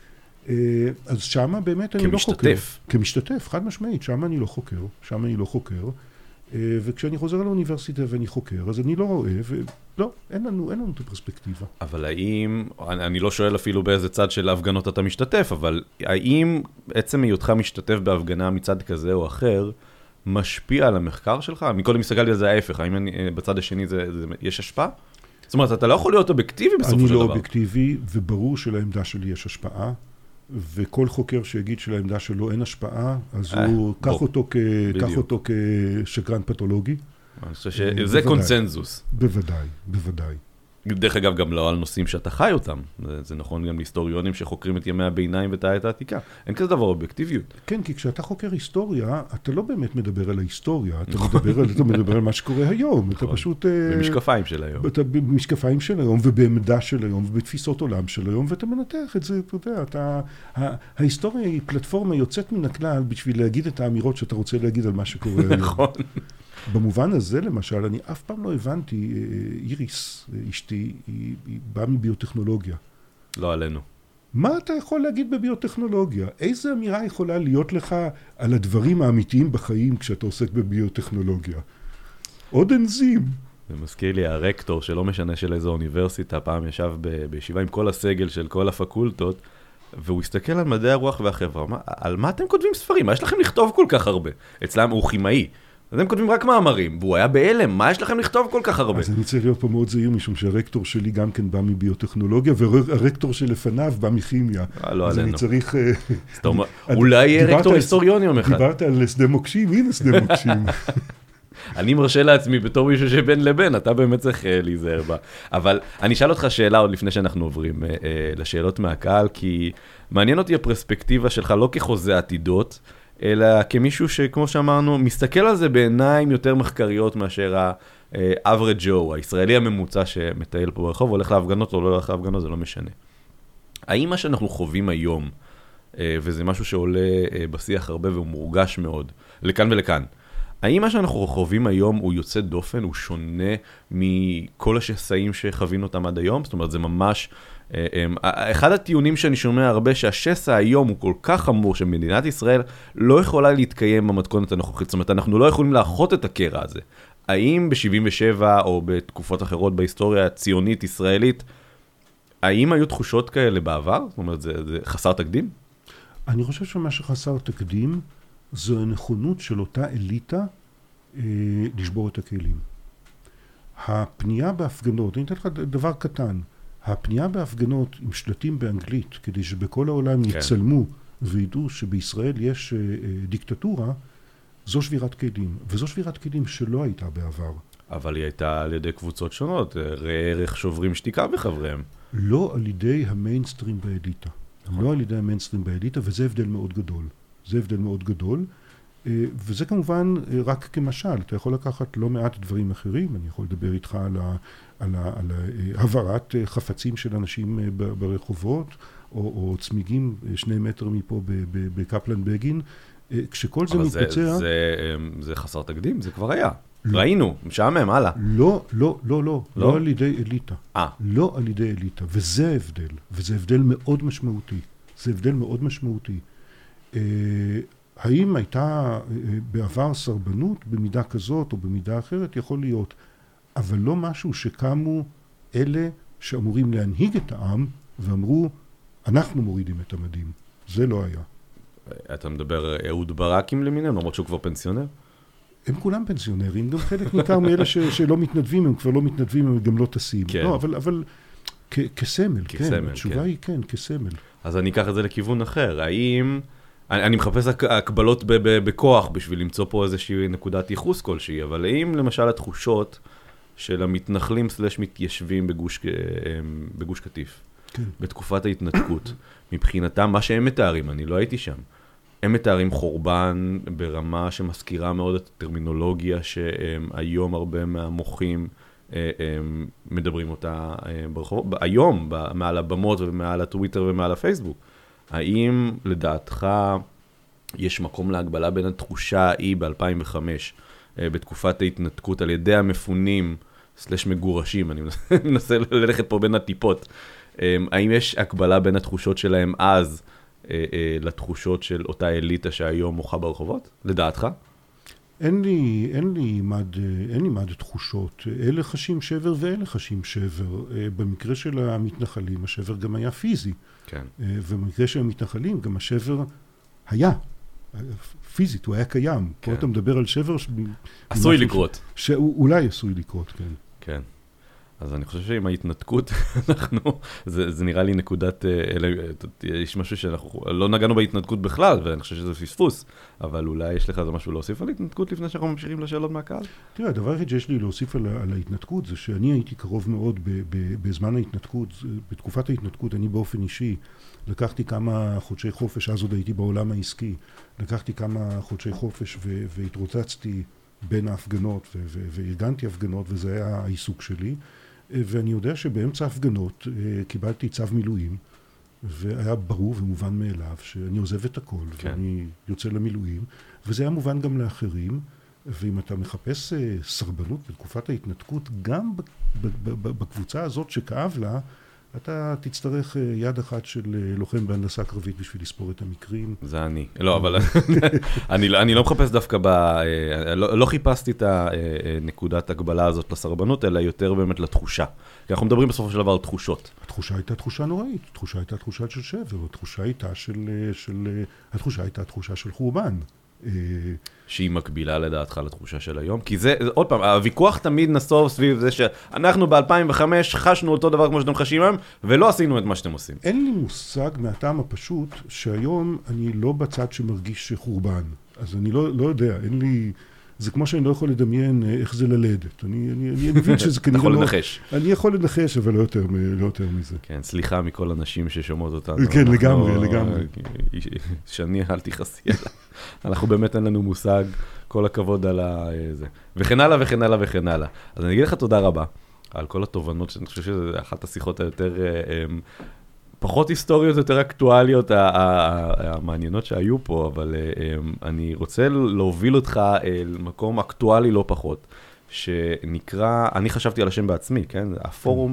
אז שמה באמת אני לא חוקר. כמשתתף. כמשתתף, חד משמעית, שמה אני לא חוקר, שמה אני לא חוקר. וכשאני חוזר לאוניברסיטה ואני חוקר, אז אני לא רואה, ולא, אין לנו, אין לנו את הפרספקטיבה. אבל האם, אני, אני לא שואל אפילו באיזה צד של ההפגנות אתה משתתף, אבל האם עצם היותך משתתף בהפגנה מצד כזה או אחר, משפיע על המחקר שלך? מקודם הסתכלתי על זה ההפך, האם אני, בצד השני זה, זה, יש השפעה? זאת אומרת, אתה לא יכול להיות אובייקטיבי בסופו של דבר. אני לא אובייקטיבי, וברור שלעמדה שלי יש השפעה, וכל חוקר שיגיד שלעמדה שלו אין השפעה, אז הוא קח אותו, קח אותו כשקרן פתולוגי. אני חושב שזה קונצנזוס. בוודאי, בוודאי. דרך אגב, גם לא על נושאים שאתה חי אותם. זה, זה נכון גם להיסטוריונים שחוקרים את ימי הביניים ואת העת העתיקה. אין כזה דבר אובייקטיביות. כן, כי כשאתה חוקר היסטוריה, אתה לא באמת מדבר על ההיסטוריה, אתה מדבר על, אתה מדבר על מה שקורה היום. אתה פשוט... במשקפיים של היום. אתה במשקפיים של היום, ובעמדה של היום, ובתפיסות עולם של היום, ואתה מנתח את זה, אתה יודע, אתה... ההיסטוריה היא פלטפורמה יוצאת מן הכלל בשביל להגיד את האמירות שאתה רוצה להגיד על מה שקורה היום. נכון. במובן הזה, למשל, אני אף פעם לא הבנתי, איריס, אשתי, היא, היא באה מביוטכנולוגיה. לא עלינו. מה אתה יכול להגיד בביוטכנולוגיה? איזה אמירה יכולה להיות לך על הדברים האמיתיים בחיים כשאתה עוסק בביוטכנולוגיה? עוד אנזים. זה מזכיר לי, הרקטור, שלא משנה של איזו אוניברסיטה, פעם ישב ב- בישיבה עם כל הסגל של כל הפקולטות, והוא הסתכל על מדעי הרוח והחברה. מה, על מה אתם כותבים ספרים? מה יש לכם לכתוב כל כך הרבה? אצלם הוא כימאי. אז הם כותבים רק מאמרים, והוא היה בהלם, מה יש לכם לכתוב כל כך הרבה? אז אני צריך להיות פה מאוד זהיר, משום שהרקטור שלי גם כן בא מביוטכנולוגיה, והרקטור שלפניו בא מכימיה. לא אז עלינו. אני צריך... אולי יהיה רקטור היסטוריון יום אחד. דיברת על שדה מוקשים, הנה שדה מוקשים. אני מרשה לעצמי בתור מישהו שבין לבין, אתה באמת צריך להיזהר בה. אבל אני אשאל אותך שאלה עוד לפני שאנחנו עוברים לשאלות מהקהל, כי מעניין אותי הפרספקטיבה שלך לא כחוזה עתידות, אלא כמישהו שכמו שאמרנו, מסתכל על זה בעיניים יותר מחקריות מאשר ה-average Joe, הישראלי הממוצע שמטייל פה ברחוב, הולך להפגנות או לא הולך להפגנות, זה לא משנה. האם מה שאנחנו חווים היום, וזה משהו שעולה בשיח הרבה והוא מורגש מאוד, לכאן ולכאן, האם מה שאנחנו חווים היום הוא יוצא דופן, הוא שונה מכל השסעים שחווינו אותם עד היום? זאת אומרת, זה ממש... אחד הטיעונים שאני שומע הרבה שהשסע היום הוא כל כך חמור שמדינת ישראל לא יכולה להתקיים במתכונת הנוכחית, זאת אומרת אנחנו לא יכולים לאחות את הקרע הזה. האם ב-שבעים ושבע או בתקופות אחרות בהיסטוריה הציונית ישראלית, האם היו תחושות כאלה בעבר? זאת אומרת זה, זה חסר תקדים? אני חושב שמה שחסר תקדים זו הנכונות של אותה אליטה אה, לשבור את הכלים. הפנייה בהפגנות, אני אתן לך דבר קטן, הפנייה בהפגנות עם שלטים באנגלית, כדי שבכל העולם כן. יצלמו וידעו שבישראל יש uh, דיקטטורה, זו שבירת כלים. וזו שבירת כלים שלא הייתה בעבר. אבל היא הייתה על ידי קבוצות שונות, ראה ערך שוברים שתיקה בחבריהם. לא על ידי המיינסטרים באליטה. נכון. לא על ידי המיינסטרים באליטה, וזה הבדל מאוד גדול. זה הבדל מאוד גדול. וזה כמובן רק כמשל, אתה יכול לקחת לא מעט דברים אחרים, אני יכול לדבר איתך על, ה, על, ה, על העברת חפצים של אנשים ברחובות, או, או צמיגים שני מטר מפה בקפלן בגין, כשכל זה מתבצע... אבל זה, זה, זה חסר תקדים, זה כבר היה. לא, ראינו, משעמם, הלאה. לא, לא, לא, לא, לא, לא על ידי אליטה. 아. לא על ידי אליטה, וזה ההבדל, וזה הבדל מאוד משמעותי. זה הבדל מאוד משמעותי. האם הייתה בעבר סרבנות במידה כזאת או במידה אחרת? יכול להיות. אבל לא משהו שקמו אלה שאמורים להנהיג את העם ואמרו, אנחנו מורידים את המדים. זה לא היה. אתה מדבר אהוד ברקים למיניהם, למרות שהוא כבר פנסיונר? הם כולם פנסיונרים, גם חלק ניכר מאלה ש- שלא מתנדבים, הם כבר לא מתנדבים, הם גם לא טסים. כן. לא, אבל, אבל כ- כסמל, כסמל, כן. התשובה כן. היא כן, כסמל. אז אני אקח את זה לכיוון אחר. האם... אני, אני מחפש הקבלות ב- ב- בכוח בשביל למצוא פה איזושהי נקודת ייחוס כלשהי, אבל האם למשל התחושות של המתנחלים סלש מתיישבים בגוש, בגוש קטיף, כן. בתקופת ההתנתקות, מבחינתם, מה שהם מתארים, אני לא הייתי שם, הם מתארים חורבן ברמה שמזכירה מאוד את הטרמינולוגיה שהיום הרבה מהמוחים מדברים אותה ברחוב, היום, מעל הבמות ומעל הטוויטר ומעל הפייסבוק. האם לדעתך יש מקום להגבלה בין התחושה ההיא ב-אלפיים וחמש, בתקופת ההתנתקות על ידי המפונים, סלש מגורשים, אני מנסה ללכת פה בין הטיפות, האם יש הקבלה בין התחושות שלהם אז לתחושות של אותה אליטה שהיום מוחה ברחובות? לדעתך? אין לי, אין לי מד, אין לי מד תחושות. אלה חשים שבר ואלה חשים שבר. במקרה של המתנחלים, השבר גם היה פיזי. כן. ובמקרה של המתנחלים, גם השבר היה. פיזית, הוא היה קיים. כן. פה אתה מדבר על שבר... ש... עשוי לקרות. שאולי עשוי לקרות, כן. כן. אז אני חושב שעם ההתנתקות, אנחנו, זה, זה נראה לי נקודת, יש משהו שאנחנו לא נגענו בהתנתקות בכלל, ואני חושב שזה פספוס, אבל אולי יש לך איזה משהו להוסיף על התנתקות לפני שאנחנו ממשיכים לשאלות מהקהל? תראה, הדבר היחיד שיש לי להוסיף על, על ההתנתקות, זה שאני הייתי קרוב מאוד ב, ב, בזמן ההתנתקות, בתקופת ההתנתקות, אני באופן אישי, לקחתי כמה חודשי חופש, אז עוד הייתי בעולם העסקי, לקחתי כמה חודשי חופש ו, והתרוצצתי בין ההפגנות ו- ו- וארגנתי הפגנות, וזה היה העיסוק שלי. ואני יודע שבאמצע ההפגנות קיבלתי צו מילואים, והיה ברור ומובן מאליו שאני עוזב את הכל, כן. ואני יוצא למילואים, וזה היה מובן גם לאחרים. ואם אתה מחפש סרבנות בתקופת ההתנתקות, גם בקבוצה הזאת שכאב לה, אתה תצטרך יד אחת של לוחם בהנדסה קרבית בשביל לספור את המקרים. זה אני. לא, אבל אני לא מחפש דווקא ב... לא חיפשתי את הנקודת הגבלה הזאת לסרבנות, אלא יותר באמת לתחושה. כי אנחנו מדברים בסופו של דבר על תחושות. התחושה הייתה תחושה נוראית. התחושה הייתה תחושה של שבר. התחושה הייתה של... התחושה הייתה תחושה של חורבן. שהיא מקבילה לדעתך לתחושה של היום, כי זה, עוד פעם, הוויכוח תמיד נסוב סביב זה שאנחנו ב-אלפיים וחמש חשנו אותו דבר כמו שאתם חשים היום, ולא עשינו את מה שאתם עושים. אין לי מושג מהטעם הפשוט שהיום אני לא בצד שמרגיש חורבן, אז אני לא, לא יודע, אין לי... זה כמו שאני לא יכול לדמיין איך זה ללדת. אני, אני, אני מבין שזה כנראה יכול לא... לנחש. אני יכול לנחש, אבל לא יותר, לא יותר מזה. כן, סליחה מכל הנשים ששומעות אותנו. כן, לגמרי, לגמרי. שאני אל תיחסי עליו. אנחנו באמת אין לנו מושג, כל הכבוד על זה. וכן הלאה וכן הלאה וכן הלאה. אז אני אגיד לך תודה רבה על כל התובנות, שאני חושב שזה אחת השיחות היותר... פחות היסטוריות, יותר אקטואליות, המעניינות שהיו פה, אבל אני רוצה להוביל אותך למקום אקטואלי לא פחות, שנקרא, אני חשבתי על השם בעצמי, כן? הפורום,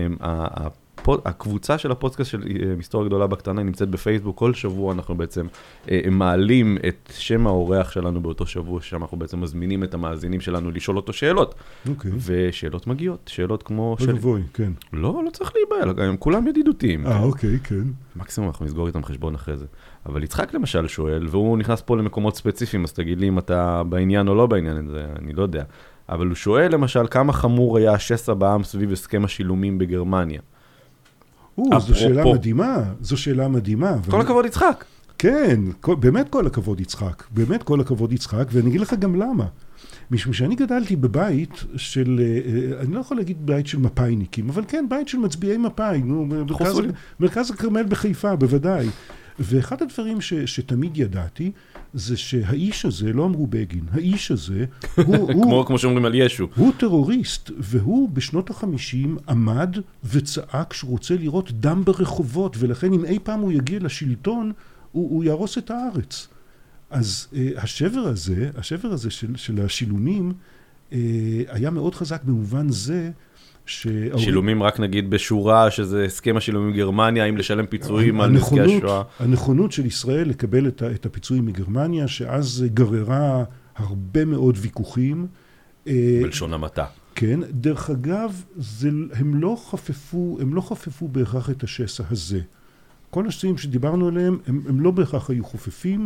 הקבוצה של הפודקאסט של היסטוריה גדולה בקטנה, נמצאת בפייסבוק, כל שבוע אנחנו בעצם מעלים את שם האורח שלנו באותו שבוע, שם אנחנו בעצם מזמינים את המאזינים שלנו לשאול אותו שאלות. אוקיי. ושאלות מגיעות, שאלות כמו... לא לבוי, כן. לא, לא צריך להיבהל, הם כולם ידידותיים. אה, אוקיי, כן. מקסימום אנחנו נסגור איתם חשבון אחרי זה. אבל יצחק למשל שואל, והוא נכנס פה למקומות ספציפיים, אז תגיד לי אם אתה בעניין או לא בעניין, זה אני לא יודע. אבל הוא שואל למשל, כמה חמור היה השסע בעם סביב הסכם השילומים בגרמניה? או, זו שאלה מדהימה, זו שאלה מדהימה. כל הכבוד יצחק. כן, באמת כל הכבוד יצחק, באמת כל הכבוד יצחק, ואני אגיד לך גם למה. משום שאני גדלתי בבית של, אני לא יכול להגיד בית של מפאיניקים, אבל כן, בית של מצביעי מפאי, נו, מרכז, מרכז הכרמל בחיפה, בוודאי. ואחד הדברים ש, שתמיד ידעתי, זה שהאיש הזה, לא אמרו בגין, האיש הזה, הוא, כמו, הוא, כמו שאומרים על ישו. הוא טרוריסט, והוא בשנות החמישים עמד וצעק שהוא רוצה לראות דם ברחובות, ולכן אם אי פעם הוא יגיע לשלטון, הוא, הוא ירוס את הארץ. אז אה, השבר הזה, השבר הזה של, של השילומים, אה, היה מאוד חזק במובן זה, שילומים רק נגיד בשורה, שזה הסכם השילומים מגרמניה, אם לשלם פיצויים על נזקי השואה. הנכונות של ישראל לקבל את, את הפיצויים מגרמניה, שאז גררה הרבה מאוד ויכוחים. בלשון המעטה. כן, דרך אגב, זה, הם לא חפפו, הם לא חפפו בהכרח את השסע הזה. כל השסעים שדיברנו עליהם, הם, הם לא בהכרח היו חופפים,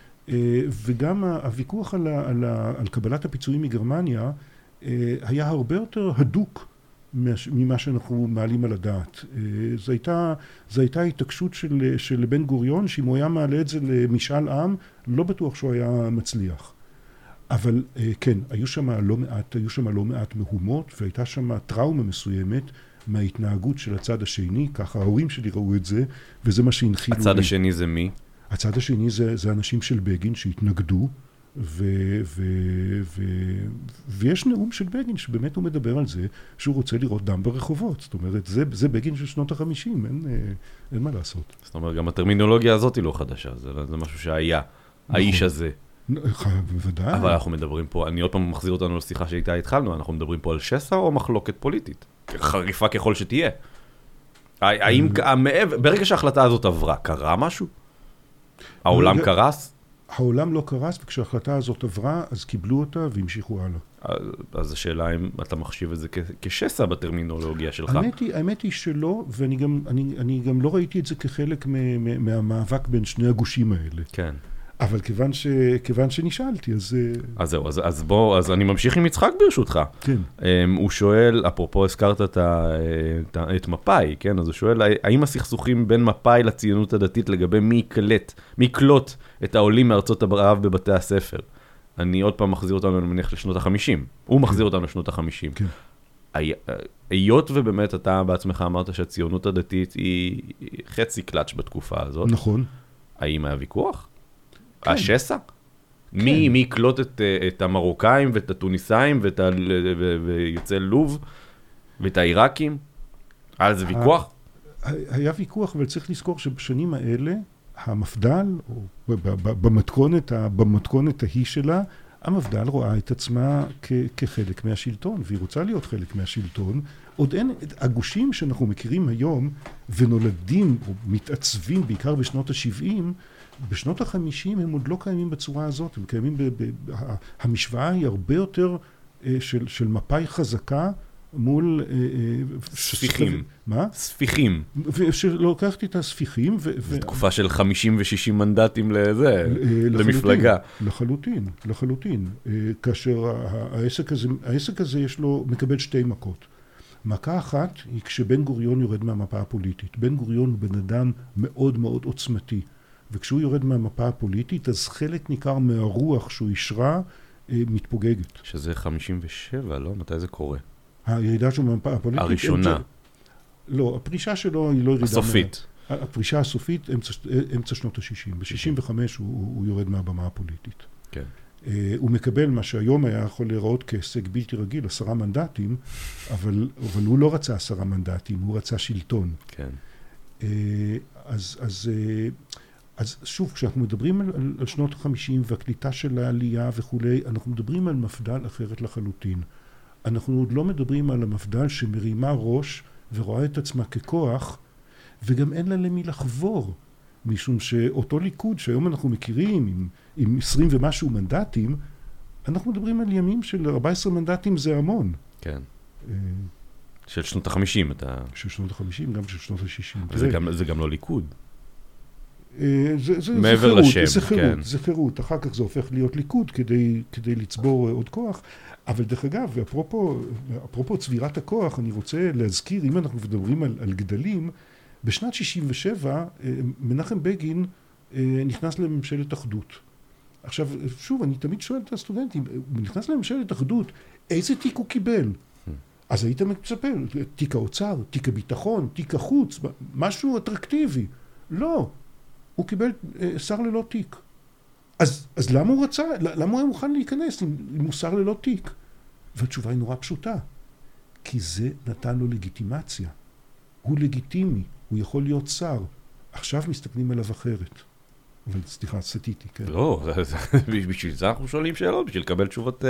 וגם הוויכוח על, על, על קבלת הפיצויים מגרמניה, היה הרבה יותר הדוק ממה שאנחנו מעלים על הדעת. זו הייתה, זו הייתה התעקשות של, של בן גוריון, שאם הוא היה מעלה את זה למשאל עם, לא בטוח שהוא היה מצליח. אבל כן, היו שם לא מעט, היו שם לא מעט מהומות, והייתה שם טראומה מסוימת מההתנהגות של הצד השני, ככה ההורים שלי ראו את זה, וזה מה שהנחילו לי. הצד השני זה מי? הצד השני זה, זה אנשים של בגין שהתנגדו, ו, ו, ו, ויש נאום של בגין שבאמת הוא מדבר על זה שהוא רוצה לראות דם ברחובות. זאת אומרת, זה, זה בגין של שנות החמישים, אין, אין מה לעשות. זאת אומרת, גם הטרמינולוגיה הזאת היא לא חדשה, זה, זה משהו שהיה, נכון. האיש הזה. בוודאי. אבל אנחנו מדברים פה, אני עוד פעם מחזיר אותנו לשיחה שאיתה התחלנו, אנחנו מדברים פה על שסע או מחלוקת פוליטית? חריפה ככל שתהיה. האם, ברגע שההחלטה הזאת עברה, קרה משהו? העולם קרס? העולם לא קרס, וכשההחלטה הזאת עברה, אז קיבלו אותה והמשיכו הלאה. אז השאלה אם אתה מחשיב את זה כשסע בטרמינולוגיה שלך. האמת היא, האמת היא שלא, ואני גם, אני, אני גם לא ראיתי את זה כחלק מהמאבק בין שני הגושים האלה. כן. אבל כיוון, ש... כיוון שנשאלתי, אז... אז זהו, אז, אז בוא, אז אני ממשיך עם יצחק ברשותך. כן. Um, הוא שואל, אפרופו הזכרת את, ה, את, ה, את מפאי, כן? אז הוא שואל, האם הסכסוכים בין מפאי לציונות הדתית לגבי מי יקלט, מי יקלוט את העולים מארצות ערב בבתי הספר? אני עוד פעם מחזיר אותנו, אני מניח, לשנות החמישים. הוא מחזיר אותנו לשנות החמישים. כן. היות ובאמת אתה בעצמך אמרת שהציונות הדתית היא חצי קלאץ' בתקופה הזאת. נכון. האם היה ויכוח? כן. השסע? כן. מי, מי יקלוט את, את המרוקאים ואת התוניסאים ואת ה, ויוצאי לוב ואת העיראקים? היה לזה ויכוח? היה ויכוח, אבל צריך לזכור שבשנים האלה, המפד"ל, או במתכונת, במתכונת ההיא שלה, המפד"ל רואה את עצמה כ- כחלק מהשלטון, והיא רוצה להיות חלק מהשלטון. עוד אין, הגושים שאנחנו מכירים היום, ונולדים או מתעצבים בעיקר בשנות ה-שבעים, בשנות ה-חמישים הם עוד לא קיימים בצורה הזאת, הם קיימים, ב- ב- המשוואה היא הרבה יותר של, של מפאי חזקה, מול... ספיחים. מה? ספיחים. שלוקחתי את הספיחים ו... זו תקופה של חמישים ושישים מנדטים לזה, למפלגה. לחלוטין, לחלוטין. כאשר העסק הזה, העסק הזה יש לו, מקבל שתי מכות. מכה אחת היא כשבן גוריון יורד מהמפה הפוליטית. בן גוריון הוא בן אדם מאוד מאוד עוצמתי. וכשהוא יורד מהמפה הפוליטית, אז חלק ניכר מהרוח שהוא ישרה מתפוגגת. שזה חמישים ושבע, לא? מתי זה קורה? הירידה שלו מהמפה הפוליטית... הראשונה. לא, הפרישה שלו היא לא ירידה... הסופית. מה... הפרישה הסופית, אמצע, אמצע שנות ה-שישים. ב-שישים וחמש הוא, הוא יורד מהבמה הפוליטית. כן. Uh, הוא מקבל מה שהיום היה יכול להיראות כהישג בלתי רגיל, עשרה מנדטים, אבל, אבל הוא לא רצה עשרה מנדטים, הוא רצה שלטון. כן. Uh, אז, אז, uh, אז שוב, כשאנחנו מדברים על, על, על שנות ה-חמישים והקליטה של העלייה וכולי, אנחנו מדברים על מפד"ל אחרת לחלוטין. אנחנו עוד לא מדברים על המפד"ל שמרימה ראש ורואה את עצמה ככוח, וגם אין לה למי לחבור, משום שאותו ליכוד שהיום אנחנו מכירים עם, עם עשרים ומשהו מנדטים, אנחנו מדברים על ימים של ארבעה עשר מנדטים זה המון. כן. של שנות ה-חמישים, אתה... של שנות ה-חמישים, גם של שנות ה-שישים. זה גם, זה גם לא ליכוד. זה, זה, מעבר זה חירות, לשם, זה חירות, כן. זה חירות. אחר כך זה הופך להיות ליכוד כדי, כדי לצבור עוד כוח. אבל דרך אגב, ואפרופו, אפרופו צבירת הכוח, אני רוצה להזכיר, אם אנחנו מדברים על, על גדלים, בשנת שישים ושבע, מנחם בגין נכנס לממשלת אחדות. עכשיו, שוב, אני תמיד שואל את הסטודנטים, הוא נכנס לממשלת אחדות, איזה תיק הוא קיבל? אז היית מצפה, תיק האוצר, תיק הביטחון, תיק החוץ, משהו אטרקטיבי. לא, הוא קיבל שר ללא תיק. אז, אז למה הוא רצה, למה הוא היה מוכן להיכנס עם, עם שר ללא תיק? והתשובה היא נורא פשוטה. כי זה נתן לו לגיטימציה. הוא לגיטימי, הוא יכול להיות שר. עכשיו מסתכלים עליו אחרת. אבל סליחה, סטיתי, כן. לא, בשביל זה אנחנו שואלים שאלות, בשביל לקבל תשובות.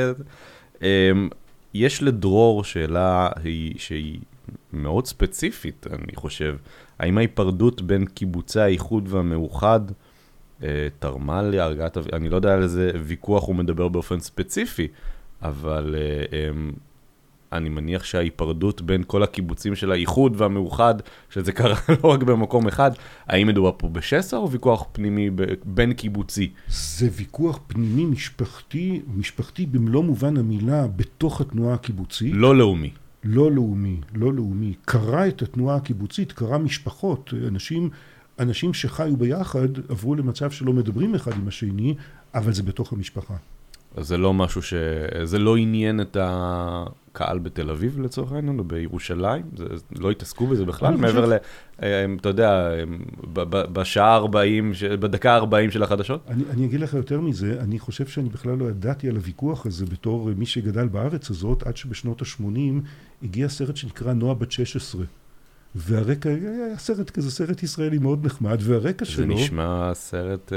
יש לדרור שאלה שהיא מאוד ספציפית, אני חושב. האם ההיפרדות בין קיבוצי האיחוד והמאוחד תרמה להרגעת, אני לא יודע על איזה ויכוח הוא מדבר באופן ספציפי, אבל אני מניח שההיפרדות בין כל הקיבוצים של האיחוד והמאוחד, שזה קרה לא רק במקום אחד, האם מדובר פה בשסע או ויכוח פנימי בין קיבוצי? זה ויכוח פנימי משפחתי, משפחתי במלוא מובן המילה בתוך התנועה הקיבוצית. לא לאומי. לא לאומי, לא לאומי. קרה את התנועה הקיבוצית, קרה משפחות, אנשים, אנשים שחיו ביחד עברו למצב שלא מדברים אחד עם השני, אבל זה בתוך המשפחה. אז זה לא משהו ש... זה לא עניין את הקהל בתל אביב לצורך העניין, או בירושלים? זה... לא התעסקו בזה בכלל? מעבר ל... אתה יודע, בשעה ארבעים, בדקה ארבעים של החדשות? אני, אני אגיד לך יותר מזה, אני חושב שאני בכלל לא ידעתי על הוויכוח הזה בתור מי שגדל בארץ הזאת, עד שבשנות ה-שמונים הגיע סרט שנקרא נועה בת שש עשרה. והרקע היה סרט כזה, סרט ישראלי מאוד נחמד, והרקע שלו... זה נשמע סרט...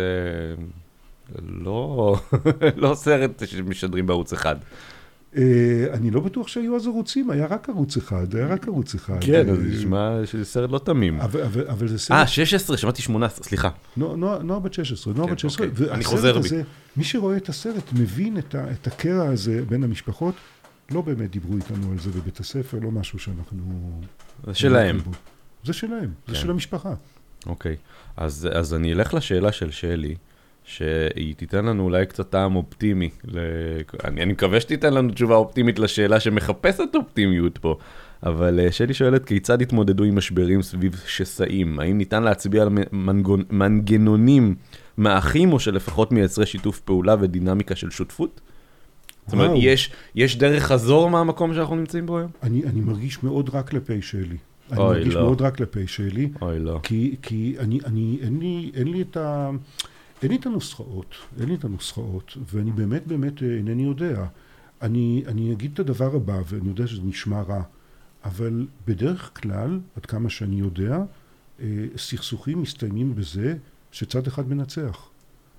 לא, לא סרט שמשדרים בערוץ אחד. אני לא בטוח שהיו אז ערוצים, היה רק ערוץ אחד, היה רק ערוץ אחד. כן, אז נשמע שזה סרט לא תמים. אבל זה סרט... אה, שש עשרה, שמעתי שמונה עשרה, סליחה. נועה בת שש עשרה, נועה בת שש עשרה. אני חוזר בי. מי שרואה את הסרט מבין את הקרע הזה בין המשפחות, לא באמת דיברו איתנו על זה בבית הספר, לא משהו שאנחנו... זה שלהם. זה שלהם, זה של המשפחה. אוקיי, אז אני אלך לשאלה של שלי, שהיא תיתן לנו אולי קצת טעם אופטימי. ל... אני, אני מקווה שתיתן לנו תשובה אופטימית לשאלה שמחפשת אופטימיות פה. אבל שלי שואלת, כיצד התמודדו עם משברים סביב שסעים? האם ניתן להצביע על מנגון, מנגנונים מאחים, או שלפחות מייצרי שיתוף פעולה ודינמיקה של שותפות? זאת אומרת, יש, יש דרך חזור מהמקום שאנחנו נמצאים בו היום? אני, אני מרגיש מאוד רק כלפי שלי. אני מרגיש לא. מאוד רק כלפי שלי. אוי, לא. כי, כי אני, אני, אין לי, אין לי את ה... אין לי את הנוסחאות, אין לי את הנוסחאות, ואני באמת באמת אינני יודע. אני, אני אגיד את הדבר הבא, ואני יודע שזה נשמע רע, אבל בדרך כלל, עד כמה שאני יודע, סכסוכים מסתיימים בזה שצד אחד מנצח.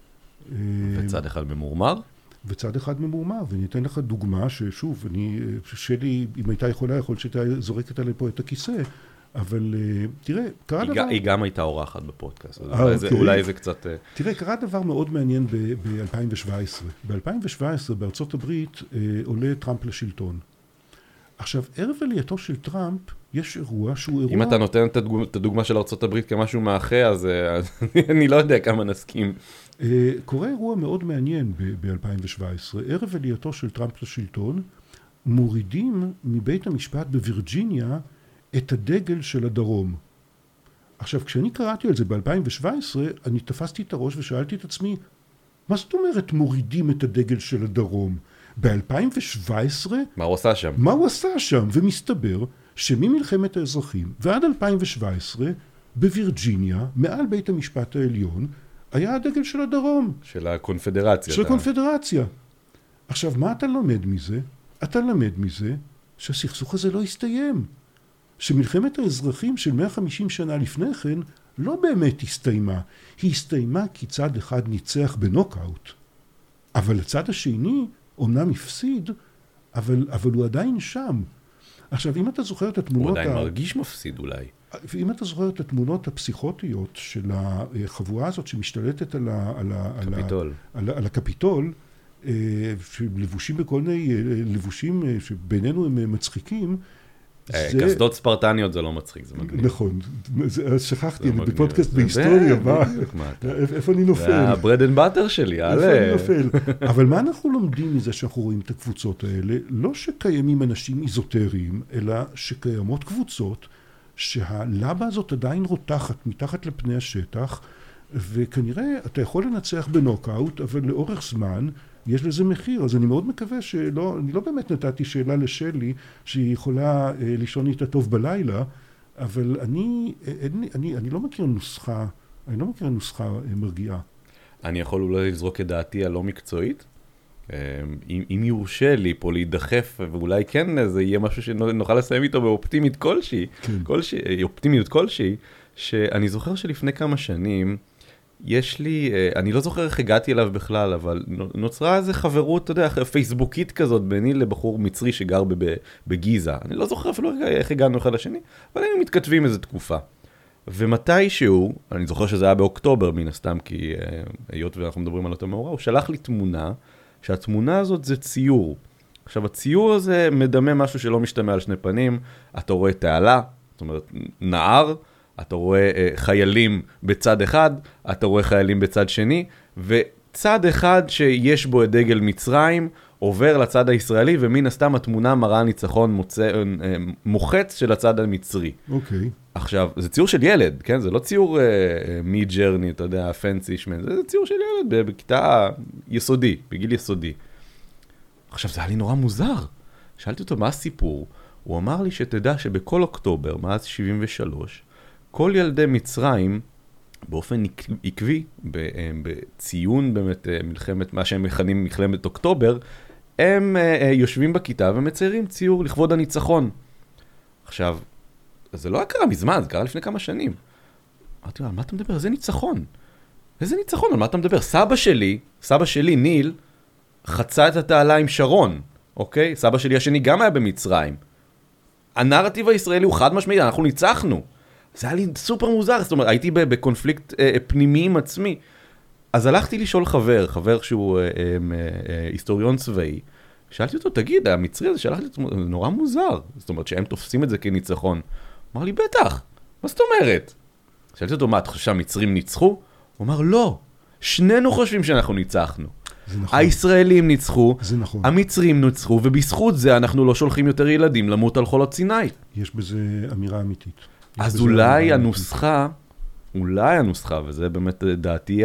וצד אחד ממורמר? וצד אחד ממורמר, ואני אתן לך דוגמה ששוב, אני, שלי, אם הייתה יכולה, יכול שהייתה זורקת עליי פה את הכיסא, אבל תראה, קרה דבר... היא גם הייתה אורחת בפודקאסט, אולי זה קצת... תראה, קרה דבר מאוד מעניין ב-אלפיים שבע עשרה. ב-אלפיים שבע עשרה בארצות הברית עולה טראמפ לשלטון. עכשיו, ערב עלייתו של טראמפ, יש אירוע שהוא אירוע... אם אתה נותן את הדוגמה של ארצות הברית כמשהו מאחה, אז אני לא יודע כמה נסכים. קורה אירוע מאוד מעניין ב-אלפיים שבע עשרה. ערב עלייתו של טראמפ לשלטון, מורידים מבית המשפט בווירג'יניה את הדגל של הדרום. עכשיו, כשאני קראתי על זה ב-אלפיים שבע עשרה, אני תפסתי את הראש ושאלתי את עצמי, מה זאת אומרת מורידים את הדגל של הדרום? ב-אלפיים שבע עשרה... מה הוא עשה שם? מה הוא עשה שם? ומסתבר שממלחמת האזרחים ועד אלפיים שבע עשרה, בווירג'יניה, מעל בית המשפט העליון, היה הדגל של הדרום. של הקונפדרציה. של הקונפדרציה. עכשיו, מה אתה לומד מזה? אתה למד מזה שהסכסוך הזה לא הסתיים. שמלחמת האזרחים של מאה וחמישים שנה לפני כן לא באמת הסתיימה. היא הסתיימה כי צד אחד ניצח בנוקאוט. אבל הצד השני אומנם הפסיד, אבל, אבל הוא עדיין שם. עכשיו, אם אתה זוכר את התמונות... הוא עדיין ה... מרגיש מפסיד אולי. ואם אתה זוכר את התמונות הפסיכוטיות של החבורה הזאת שמשתלטת על, ה, על, ה, על, ה, על, על הקפיטול, שלבושים בכל מיני לבושים שבינינו הם מצחיקים, קסדות ספרטניות זה לא מצחיק, זה מגניב. נכון, אז שכחתי, אני בפודקאסט בהיסטוריה, איפה אני נופל? זה הברד אנד באטר שלי, איפה אני נופל? אבל מה אנחנו לומדים מזה שאנחנו רואים את הקבוצות האלה? לא שקיימים אנשים איזוטריים, אלא שקיימות קבוצות שהלבה הזאת עדיין רותחת מתחת לפני השטח, וכנראה אתה יכול לנצח בנוקאוט, אבל לאורך זמן יש לזה מחיר. אז אני מאוד מקווה שלא, אני לא באמת נתתי שאלה לשלי שהיא יכולה אה, לישון איתה טוב בלילה, אבל אני, אני, אני, אני לא מכיר נוסחה, אני לא מכיר נוסחה אה, מרגיעה. אני יכול אולי לזרוק את דעתי הלא מקצועית? אם, אם יורשה לי פה להידחף, ואולי כן זה יהיה משהו שנוכל לסיים איתו באופטימית כלשהי, כן. כלשהי, אופטימיות כלשהי, שאני זוכר שלפני כמה שנים, יש לי, אני לא זוכר איך הגעתי אליו בכלל, אבל נוצרה איזו חברות, אתה יודע, פייסבוקית כזאת, ביני לבחור מצרי שגר בגיזה. אני לא זוכר אפילו איך הגענו אחד לשני, אבל היינו מתכתבים איזו תקופה. ומתישהו, אני זוכר שזה היה באוקטובר מן הסתם, כי היות ואנחנו מדברים על אותו מאורע, הוא שלח לי תמונה, שהתמונה הזאת זה ציור. עכשיו, הציור הזה מדמה משהו שלא משתמע על שני פנים. אתה רואה תעלה, זאת אומרת, נער, אתה רואה uh, חיילים בצד אחד, אתה רואה חיילים בצד שני, וצד אחד שיש בו את דגל מצרים, עובר לצד הישראלי, ומן הסתם התמונה מראה ניצחון מוצא, uh, מוחץ של הצד המצרי. אוקיי. Okay. עכשיו, זה ציור של ילד, כן? זה לא ציור מי uh, ג'רני, אתה יודע, פנסי שמן, זה ציור של ילד בכיתה יסודי, בגיל יסודי. עכשיו, זה היה לי נורא מוזר. שאלתי אותו, מה הסיפור? הוא אמר לי שתדע שבכל אוקטובר, מאז שבעים ושלוש, כל ילדי מצרים, באופן עקבי, בציון באמת מלחמת, מה שהם מכנים מלחמת אוקטובר, הם יושבים בכיתה ומציירים ציור לכבוד הניצחון. עכשיו, זה לא קרה מזמן, זה קרה לפני כמה שנים. אמרתי לו, על מה אתה מדבר? איזה ניצחון? איזה ניצחון? על מה אתה מדבר? סבא שלי, סבא שלי, ניל, חצה את התעלה עם שרון, אוקיי? סבא שלי השני גם היה במצרים. הנרטיב הישראלי הוא חד משמעי, אנחנו ניצחנו. זה היה לי סופר מוזר, זאת אומרת, הייתי בקונפליקט אה, פנימי עם עצמי. אז הלכתי לשאול חבר, חבר שהוא אה, אה, אה, היסטוריון צבאי, שאלתי אותו, תגיד, המצרי הזה שלח לי, זה נורא מוזר, זאת אומרת שהם תופסים את זה כניצחון. אמר לי, בטח, מה זאת אומרת? שאלתי אותו, מה, אתה חושב שהמצרים ניצחו? הוא אמר, לא, שנינו חושבים שאנחנו ניצחנו. זה נכון. הישראלים ניצחו, זה נכון. המצרים ניצחו, ובזכות זה אנחנו לא שולחים יותר ילדים למות על חולות סיני. יש בזה אמירה אמיתית. אז אולי הנוסחה, אולי הנוסחה, וזה באמת דעתי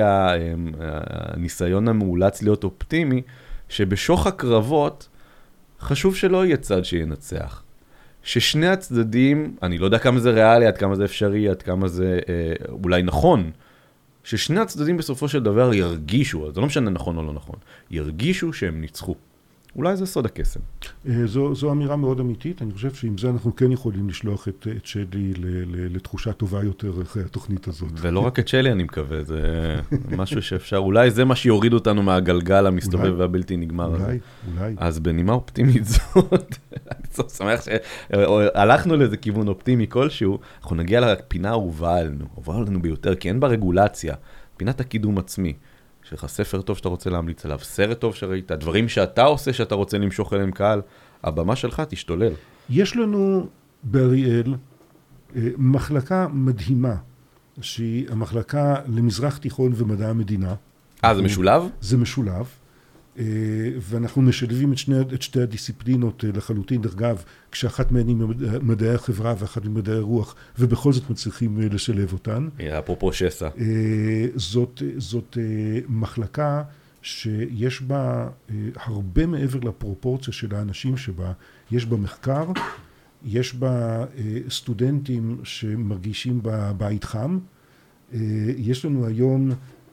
הניסיון המאולץ להיות אופטימי, שבשוך הקרבות חשוב שלא יהיה צד שינצח. ששני הצדדים, אני לא יודע כמה זה ריאלי, עד כמה זה אפשרי, עד כמה זה אה, אולי נכון, ששני הצדדים בסופו של דבר ירגישו, זה לא משנה נכון או לא נכון, ירגישו שהם ניצחו. אולי זה סוד הקסם. זו, זו אמירה מאוד אמיתית, אני חושב שעם זה אנחנו כן יכולים לשלוח את, את שלי ל, ל, לתחושה טובה יותר אחרי התוכנית הזאת. ולא רק את שלי אני מקווה, זה משהו שאפשר, אולי זה מה שיוריד אותנו מהגלגל המסתובב אולי, והבלתי נגמר אולי, הזה. אולי. אז בנימה אופטימית זאת, אני שמח שהלכנו לאיזה כיוון אופטימי כלשהו, אנחנו נגיע לפינה האהובה עלינו, אהובה עלינו ביותר, כי אין בה רגולציה, פינת הקידום עצמי. יש לך ספר טוב שאתה רוצה להמליץ עליו, סרט טוב שראית, דברים שאתה עושה שאתה רוצה למשוך אליהם קהל, הבמה שלך תשתולל. יש לנו באריאל מחלקה מדהימה, שהיא המחלקה למזרח תיכון ומדע המדינה. אה, זה משולב? זה משולב, ואנחנו משלבים את, שני, את שתי הדיסציפלינות לחלוטין, דרך אגב, כשאחת מהן היא מדעי החברה ואחת ממדעי הרוח, ובכל זאת מצליחים לשלב אותן. אפרופו שסע. זאת, זאת מחלקה שיש בה הרבה מעבר לפרופורציה של האנשים שבה, יש בה מחקר, יש בה סטודנטים שמרגישים בבית חם, יש לנו היום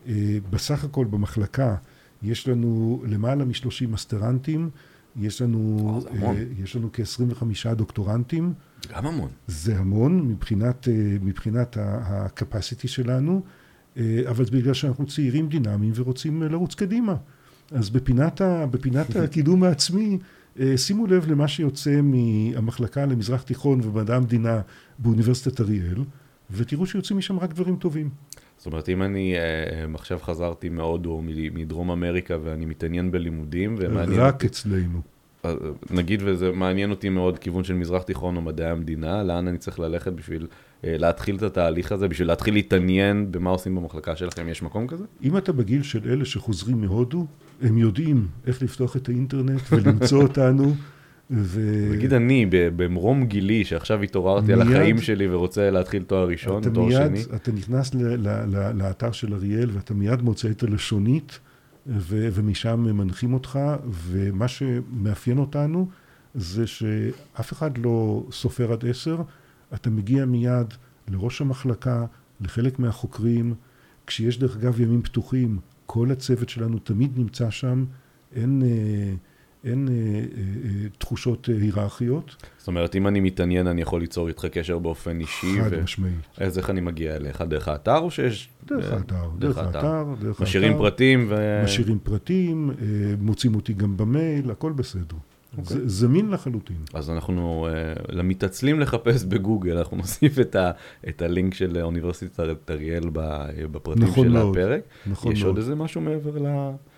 בסך הכל במחלקה, יש לנו למעלה מ-שלושים מסטרנטים, יש לנו, יש לנו כ-עשרים וחמישה דוקטורנטים. גם המון. זה המון מבחינת, מבחינת ה-capacity שלנו, אבל זה בגלל שאנחנו צעירים דינמיים ורוצים לרוץ קדימה. אז בפינת, ה, בפינת הקידום העצמי, שימו לב למה שיוצא מהמחלקה למזרח תיכון ומדע המדינה באוניברסיטת אריאל, ותראו שיוצאים משם רק דברים טובים. זאת אומרת, אם אני uh, עכשיו חזרתי מהודו, מדרום אמריקה, ואני מתעניין בלימודים, ומעניין... רק אותי, אצלנו. נגיד, וזה מעניין אותי מאוד, כיוון של מזרח תיכון או מדעי המדינה, לאן אני צריך ללכת בשביל uh, להתחיל את התהליך הזה, בשביל להתחיל להתעניין במה עושים במחלקה שלכם, יש מקום כזה? אם אתה בגיל של אלה שחוזרים מהודו, הם יודעים איך לפתוח את האינטרנט ולמצוא אותנו, ו... נגיד אני, במרום גילי, שעכשיו התעוררתי על החיים שלי ורוצה להתחיל תואר ראשון, תואר מיד, שני. אתה נכנס ל- ל- ל- לאתר של אריאל, ואתה מיד מוצא את הלשונית, ו- ומשם מנחים אותך, ומה שמאפיין אותנו, זה שאף אחד לא סופר עד עשר, אתה מגיע מיד לראש המחלקה, לחלק מהחוקרים, כשיש דרך אגב ימים פתוחים, כל הצוות שלנו תמיד נמצא שם, אין... אין אה, אה, תחושות היררכיות. זאת אומרת, אם אני מתעניין, אני יכול ליצור איתך קשר באופן אישי. חד ו... משמעית. אז איך אני מגיע אליך? דרך האתר או שיש... דרך האתר, דרך האתר, דרך משאירים האתר, פרטים ו... משאירים פרטים, אה, מוצאים אותי גם במייל, הכל בסדר. Okay. ז, זמין לחלוטין. אז אנחנו אה, למתעצלים לחפש בגוגל, אנחנו נוסיף את, ה, את הלינק של אוניברסיטת אריאל בפרטים נכון של מאוד, הפרק. נכון יש מאוד. עוד איזה משהו מעבר ל...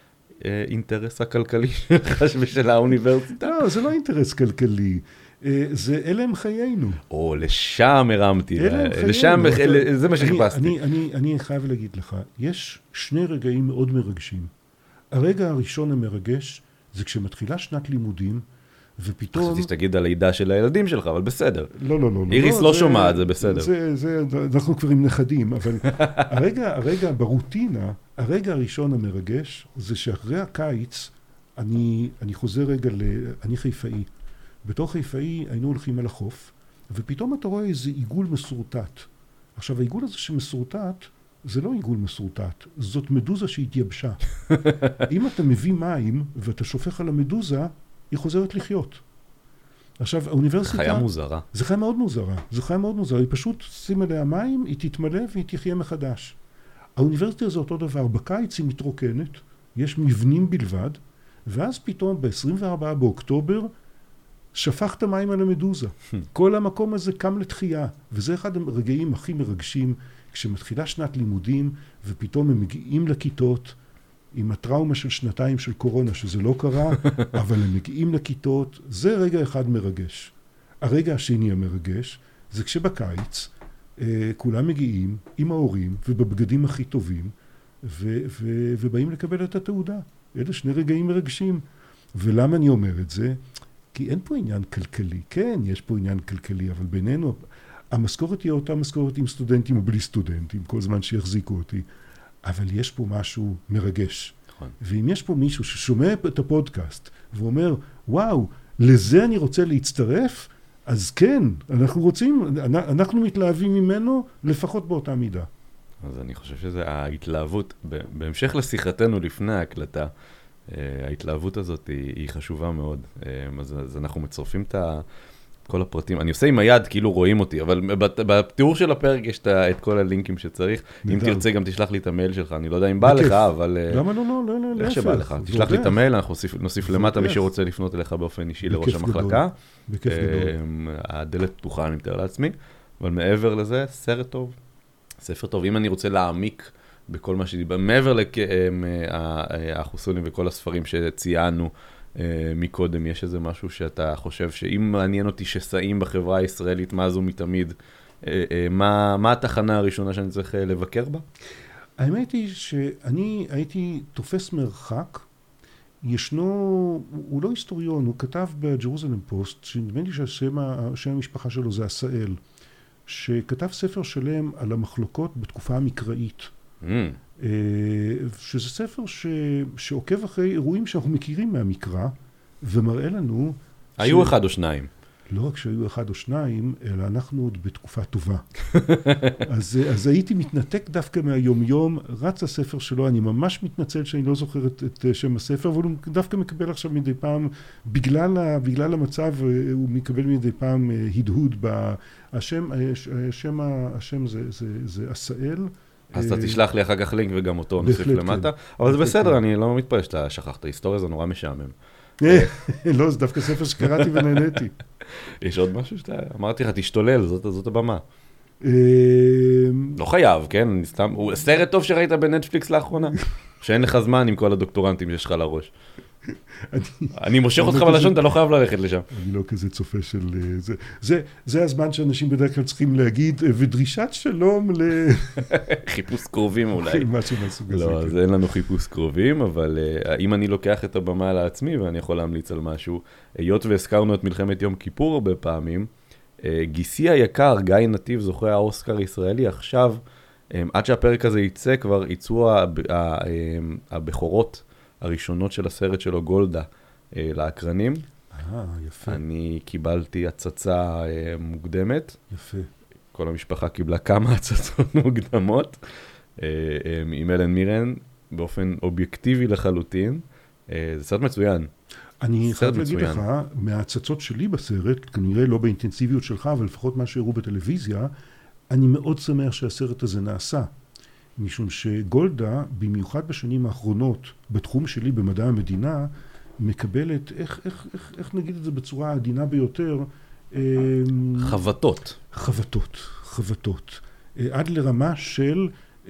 אינטרס הכלכלי שלך ושל האוניברסיטה? לא, זה לא אינטרס כלכלי. זה אלה הם חיינו. או, לשם הרמתי. אלה הם חיינו. לשם, זה מה שחיפשתי. אני, אני, אני חייב להגיד לך, יש שני רגעים מאוד מרגשים. הרגע הראשון המרגש זה כשמתחילה שנת לימודים, ופתאום... חשבתי שתגיד על לידה של הילדים שלך, אבל בסדר. לא, לא, לא. איריס לא שומעת, זה בסדר. זה, זה, אנחנו כבר עם נכדים, אבל הרגע, הרגע ברוטינה, הרגע הראשון המרגש, זה שאחרי הקיץ, אני, אני חוזר רגע ל... אני חיפאי. בתור חיפאי היינו הולכים על החוף, ופתאום אתה רואה איזה עיגול מסורטט. עכשיו, העיגול הזה שמסורטט, זה לא עיגול מסורטט, זאת מדוזה שהתייבשה. אם אתה מביא מים ואתה שופך על המדוזה, היא חוזרת לחיות. עכשיו, האוניברסיטה... חיה מוזרה. זה חיה מאוד מוזרה. זה חיה מאוד מוזרה. היא פשוט שים עליה מים, היא תתמלא והיא תחיה מחדש. האוניברסיטה זה אותו דבר. בקיץ היא מתרוקנת, יש מבנים בלבד, ואז פתאום ב-עשרים וארבעה באוקטובר, שפכת מים על המדוזה. כל המקום הזה קם לתחייה. וזה אחד הרגעים הכי מרגשים, כשמתחילה שנת לימודים, ופתאום הם מגיעים לכיתות, עם הטראומה של שנתיים של קורונה, שזה לא קרה, אבל הם מגיעים לכיתות, זה רגע אחד מרגש. הרגע השני המרגש, זה כשבקיץ, אה, כולם מגיעים עם ההורים ובבגדים הכי טובים, ו- ו- ובאים לקבל את התעודה. אלה שני רגעים מרגשים. ולמה אני אומר את זה? כי אין פה עניין כלכלי. כן, יש פה עניין כלכלי, אבל בינינו, המשכורת היא אותה משכורת עם סטודנטים או בלי סטודנטים, כל זמן שיחזיקו אותי. אבל יש פה משהו מרגש. נכון. ואם יש פה מישהו ששומע את הפודקאסט ואומר, וואו, לזה אני רוצה להצטרף, אז כן, אנחנו רוצים, אנחנו מתלהבים ממנו לפחות באותה מידה. אז אני חושב שזה ההתלהבות, בהמשך לשיחתנו לפני ההקלטה, ההתלהבות הזאת היא, היא חשובה מאוד. אז, אז אנחנו מצרפים את כל הפרטים. אני עושה עם היד, כאילו רואים אותי, אבל בתיאור של הפרק יש את כל הלינקים שצריך. אם תרצה גם תשלח לי את המייל שלך, אני לא יודע אם בא לך, אבל... למה לא, לא, לא, לא. איך שבא לך. תשלח לי את המייל, אנחנו נוסיף למטה מי שרוצה לפנות אליך באופן אישי לראש המחלקה. בכיף גדול. הדלת פתוחה, אני מתאר לעצמי. אבל מעבר לזה, סרט טוב. ספר טוב. אם אני רוצה להעמיק בכל מה שדיבר, מעבר לאחוסונים וכל הספרים שציינו מקודם, יש איזה משהו שאתה חושב שאם מעניין אותי שסעים בחברה הישראלית, מה זו מתמיד, מה, מה התחנה הראשונה שאני צריך לבקר בה? האמת היא שאני הייתי תופס מרחק, ישנו, הוא לא היסטוריון, הוא כתב בג'רוזלם פוסט, שנדמה לי שהשם המשפחה שלו זה עשאל, שכתב ספר שלם על המחלוקות בתקופה המקראית. Mm. שזה ספר ש... שעוקב אחרי אירועים שאנחנו מכירים מהמקרא, ומראה לנו... היו ש... אחד או שניים. לא רק שהיו אחד או שניים, אלא אנחנו עוד בתקופה טובה. אז, אז הייתי מתנתק דווקא מהיום-יום, רץ הספר שלו, אני ממש מתנצל שאני לא זוכר את, את שם הספר, אבל הוא דווקא מקבל עכשיו מדי פעם, בגלל, ה, בגלל המצב, הוא מקבל מדי פעם הדהוד. ב... השם, השם, השם זה, זה, זה עשאל. אז אתה תשלח לי אחר כך לינק וגם אותו נוסיף למטה. אבל זה בסדר, אני לא מתפרש, אתה שכחת, ההיסטוריה זה נורא משעמם. לא, זה דווקא ספר שקראתי ונהניתי. יש עוד משהו שאתה, אמרתי לך, תשתולל, זאת הבמה. לא חייב, כן? הוא סרט טוב שראית בנטפליקס לאחרונה, שאין לך זמן עם כל הדוקטורנטים שיש לך לראש. אני מושך אותך בלשון, אתה לא חייב ללכת לשם. אני לא כזה צופה של... זה הזמן שאנשים בדרך כלל צריכים להגיד, ודרישת שלום ל... חיפוש קרובים אולי. משהו מהסוג הזה. לא, אז אין לנו חיפוש קרובים, אבל אם אני לוקח את הבמה לעצמי, ואני יכול להמליץ על משהו, היות והזכרנו את מלחמת יום כיפור הרבה פעמים, גיסי היקר, גיא נתיב, זוכה האוסקר הישראלי, עכשיו, עד שהפרק הזה יצא, כבר יצאו הבכורות הראשונות של הסרט שלו, גולדה, לאקרנים. אה, יפה. אני קיבלתי הצצה מוקדמת. יפה. כל המשפחה קיבלה כמה הצצות מוקדמות, עם אלן מירן, באופן אובייקטיבי לחלוטין. זה סרט מצוין. אני חייב להגיד לך, מההצצות שלי בסרט, כנראה לא באינטנסיביות שלך, אבל לפחות מה שהראו בטלוויזיה, אני מאוד שמח שהסרט הזה נעשה. משום שגולדה, במיוחד בשנים האחרונות, בתחום שלי במדע המדינה, מקבלת, איך, איך, איך, איך נגיד את זה בצורה העדינה ביותר? חבטות. חבטות, חבטות. עד לרמה של,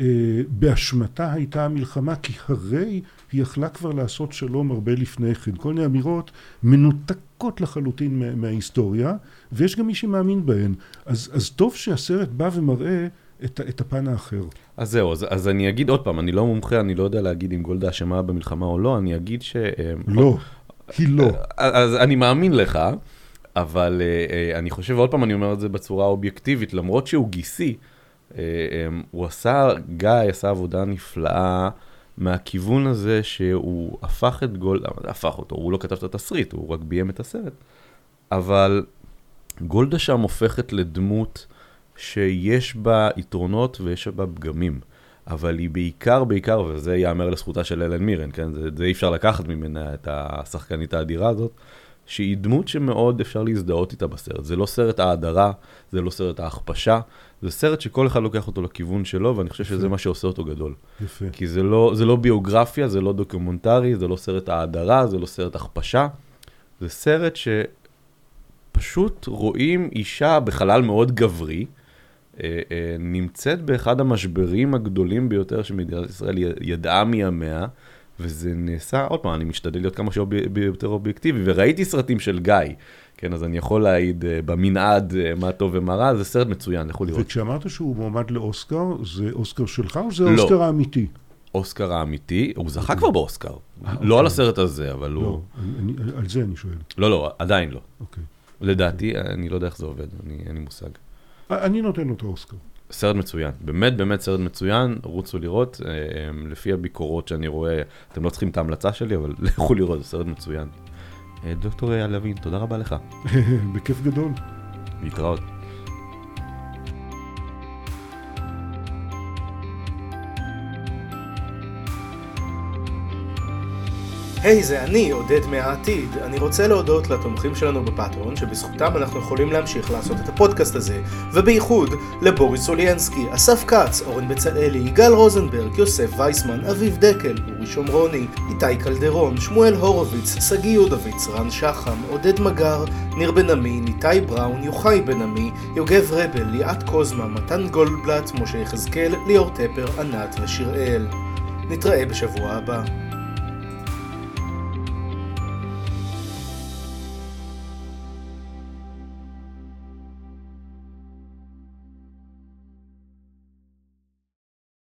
באשמתה הייתה המלחמה, כי הרי היא יכלה כבר לעשות שלום הרבה לפני כן. כל מיני אמירות מנותקות לחלוטין מההיסטוריה, ויש גם מי שמאמין בהן. אז, אז טוב שהסרט בא ומראה את, את הפן האחר. אז זהו, אז, אז אני אגיד עוד פעם, אני לא מומחה, אני לא יודע להגיד אם גולדה אשמה במלחמה או לא, אני אגיד ש... לא, היא לא. אז אני מאמין לך, אבל אני חושב, עוד פעם אני אומר את זה בצורה אובייקטיבית, למרות שהוא גיסי, הוא עשה, גיא עשה עבודה נפלאה מהכיוון הזה שהוא הפך את גולדה, הפך אותו, הוא לא כתב את התסריט, הוא רק ביים את הסרט, אבל גולדה שם הופכת לדמות שיש בה יתרונות ויש בה פגמים, אבל היא בעיקר, בעיקר, וזה יאמר לזכותה של אלן מירן, כן? זה, זה אי אפשר לקחת ממנה את השחקנית האדירה הזאת, שהיא דמות שמאוד אפשר להזדהות איתה בסרט. זה לא סרט ההדרה, זה לא סרט ההכפשה, זה סרט שכל אחד לוקח אותו לכיוון שלו, ואני חושב שזה מה שעושה אותו גדול. יפה. כי זה לא, זה לא ביוגרפיה, זה לא דוקומנטרי, זה לא סרט ההדרה, זה לא סרט הכפשה, זה סרט שפשוט רואים אישה בחלל מאוד גברי, נמצאת באחד המשברים הגדולים ביותר שמדינת ישראל ידעה מימיה, וזה נעשה, עוד פעם, אני משתדל להיות כמה שיותר אובייקטיבי, וראיתי סרטים של גיא, כן, אז אני יכול להעיד במנעד מה טוב ומה רע, זה סרט מצוין, לכו לראות. וכשאמרת שהוא מועמד לאוסקר, זה אוסקר שלך או זה אוסקר האמיתי? האוסקר האמיתי, הוא זכה כבר באוסקר. לא על הסרט הזה, אבל הוא... לא, על זה אני שואל. לא, לא, עדיין לא. אוקיי. לדעתי, אני לא יודע איך זה עובד, אין לי מושג. אני נותן לו את האוסקר. סרט מצוין, באמת באמת סרט מצוין, רוצו לראות, לפי הביקורות שאני רואה, אתם לא צריכים את ההמלצה שלי, אבל לכו לראות, זה סרט מצוין. דוקטור אייל לוין, תודה רבה לך. בכיף גדול. להתראות. היי, hey, זה אני, עודד מהעתיד. אני רוצה להודות לתומכים שלנו בפטריון, שבזכותם אנחנו יכולים להמשיך לעשות את הפודקאסט הזה, ובייחוד לבוריס אוליינסקי, אסף כץ, אורן בצלאלי, יגאל רוזנברג, יוסף וייסמן, אביב דקל, אורי שומרוני, איתי קלדרון, שמואל הורוביץ, סגי יודוביץ, רן שחם, עודד מגר, ניר בן עמי, ניתי בראון, יוחאי בן עמי, יוגב רבל, ליאת קוזמה, מתן גולדבלט, משה יחזקאל, ליאור טפר, ענת ושיראל. נתראה בשבוע הבא.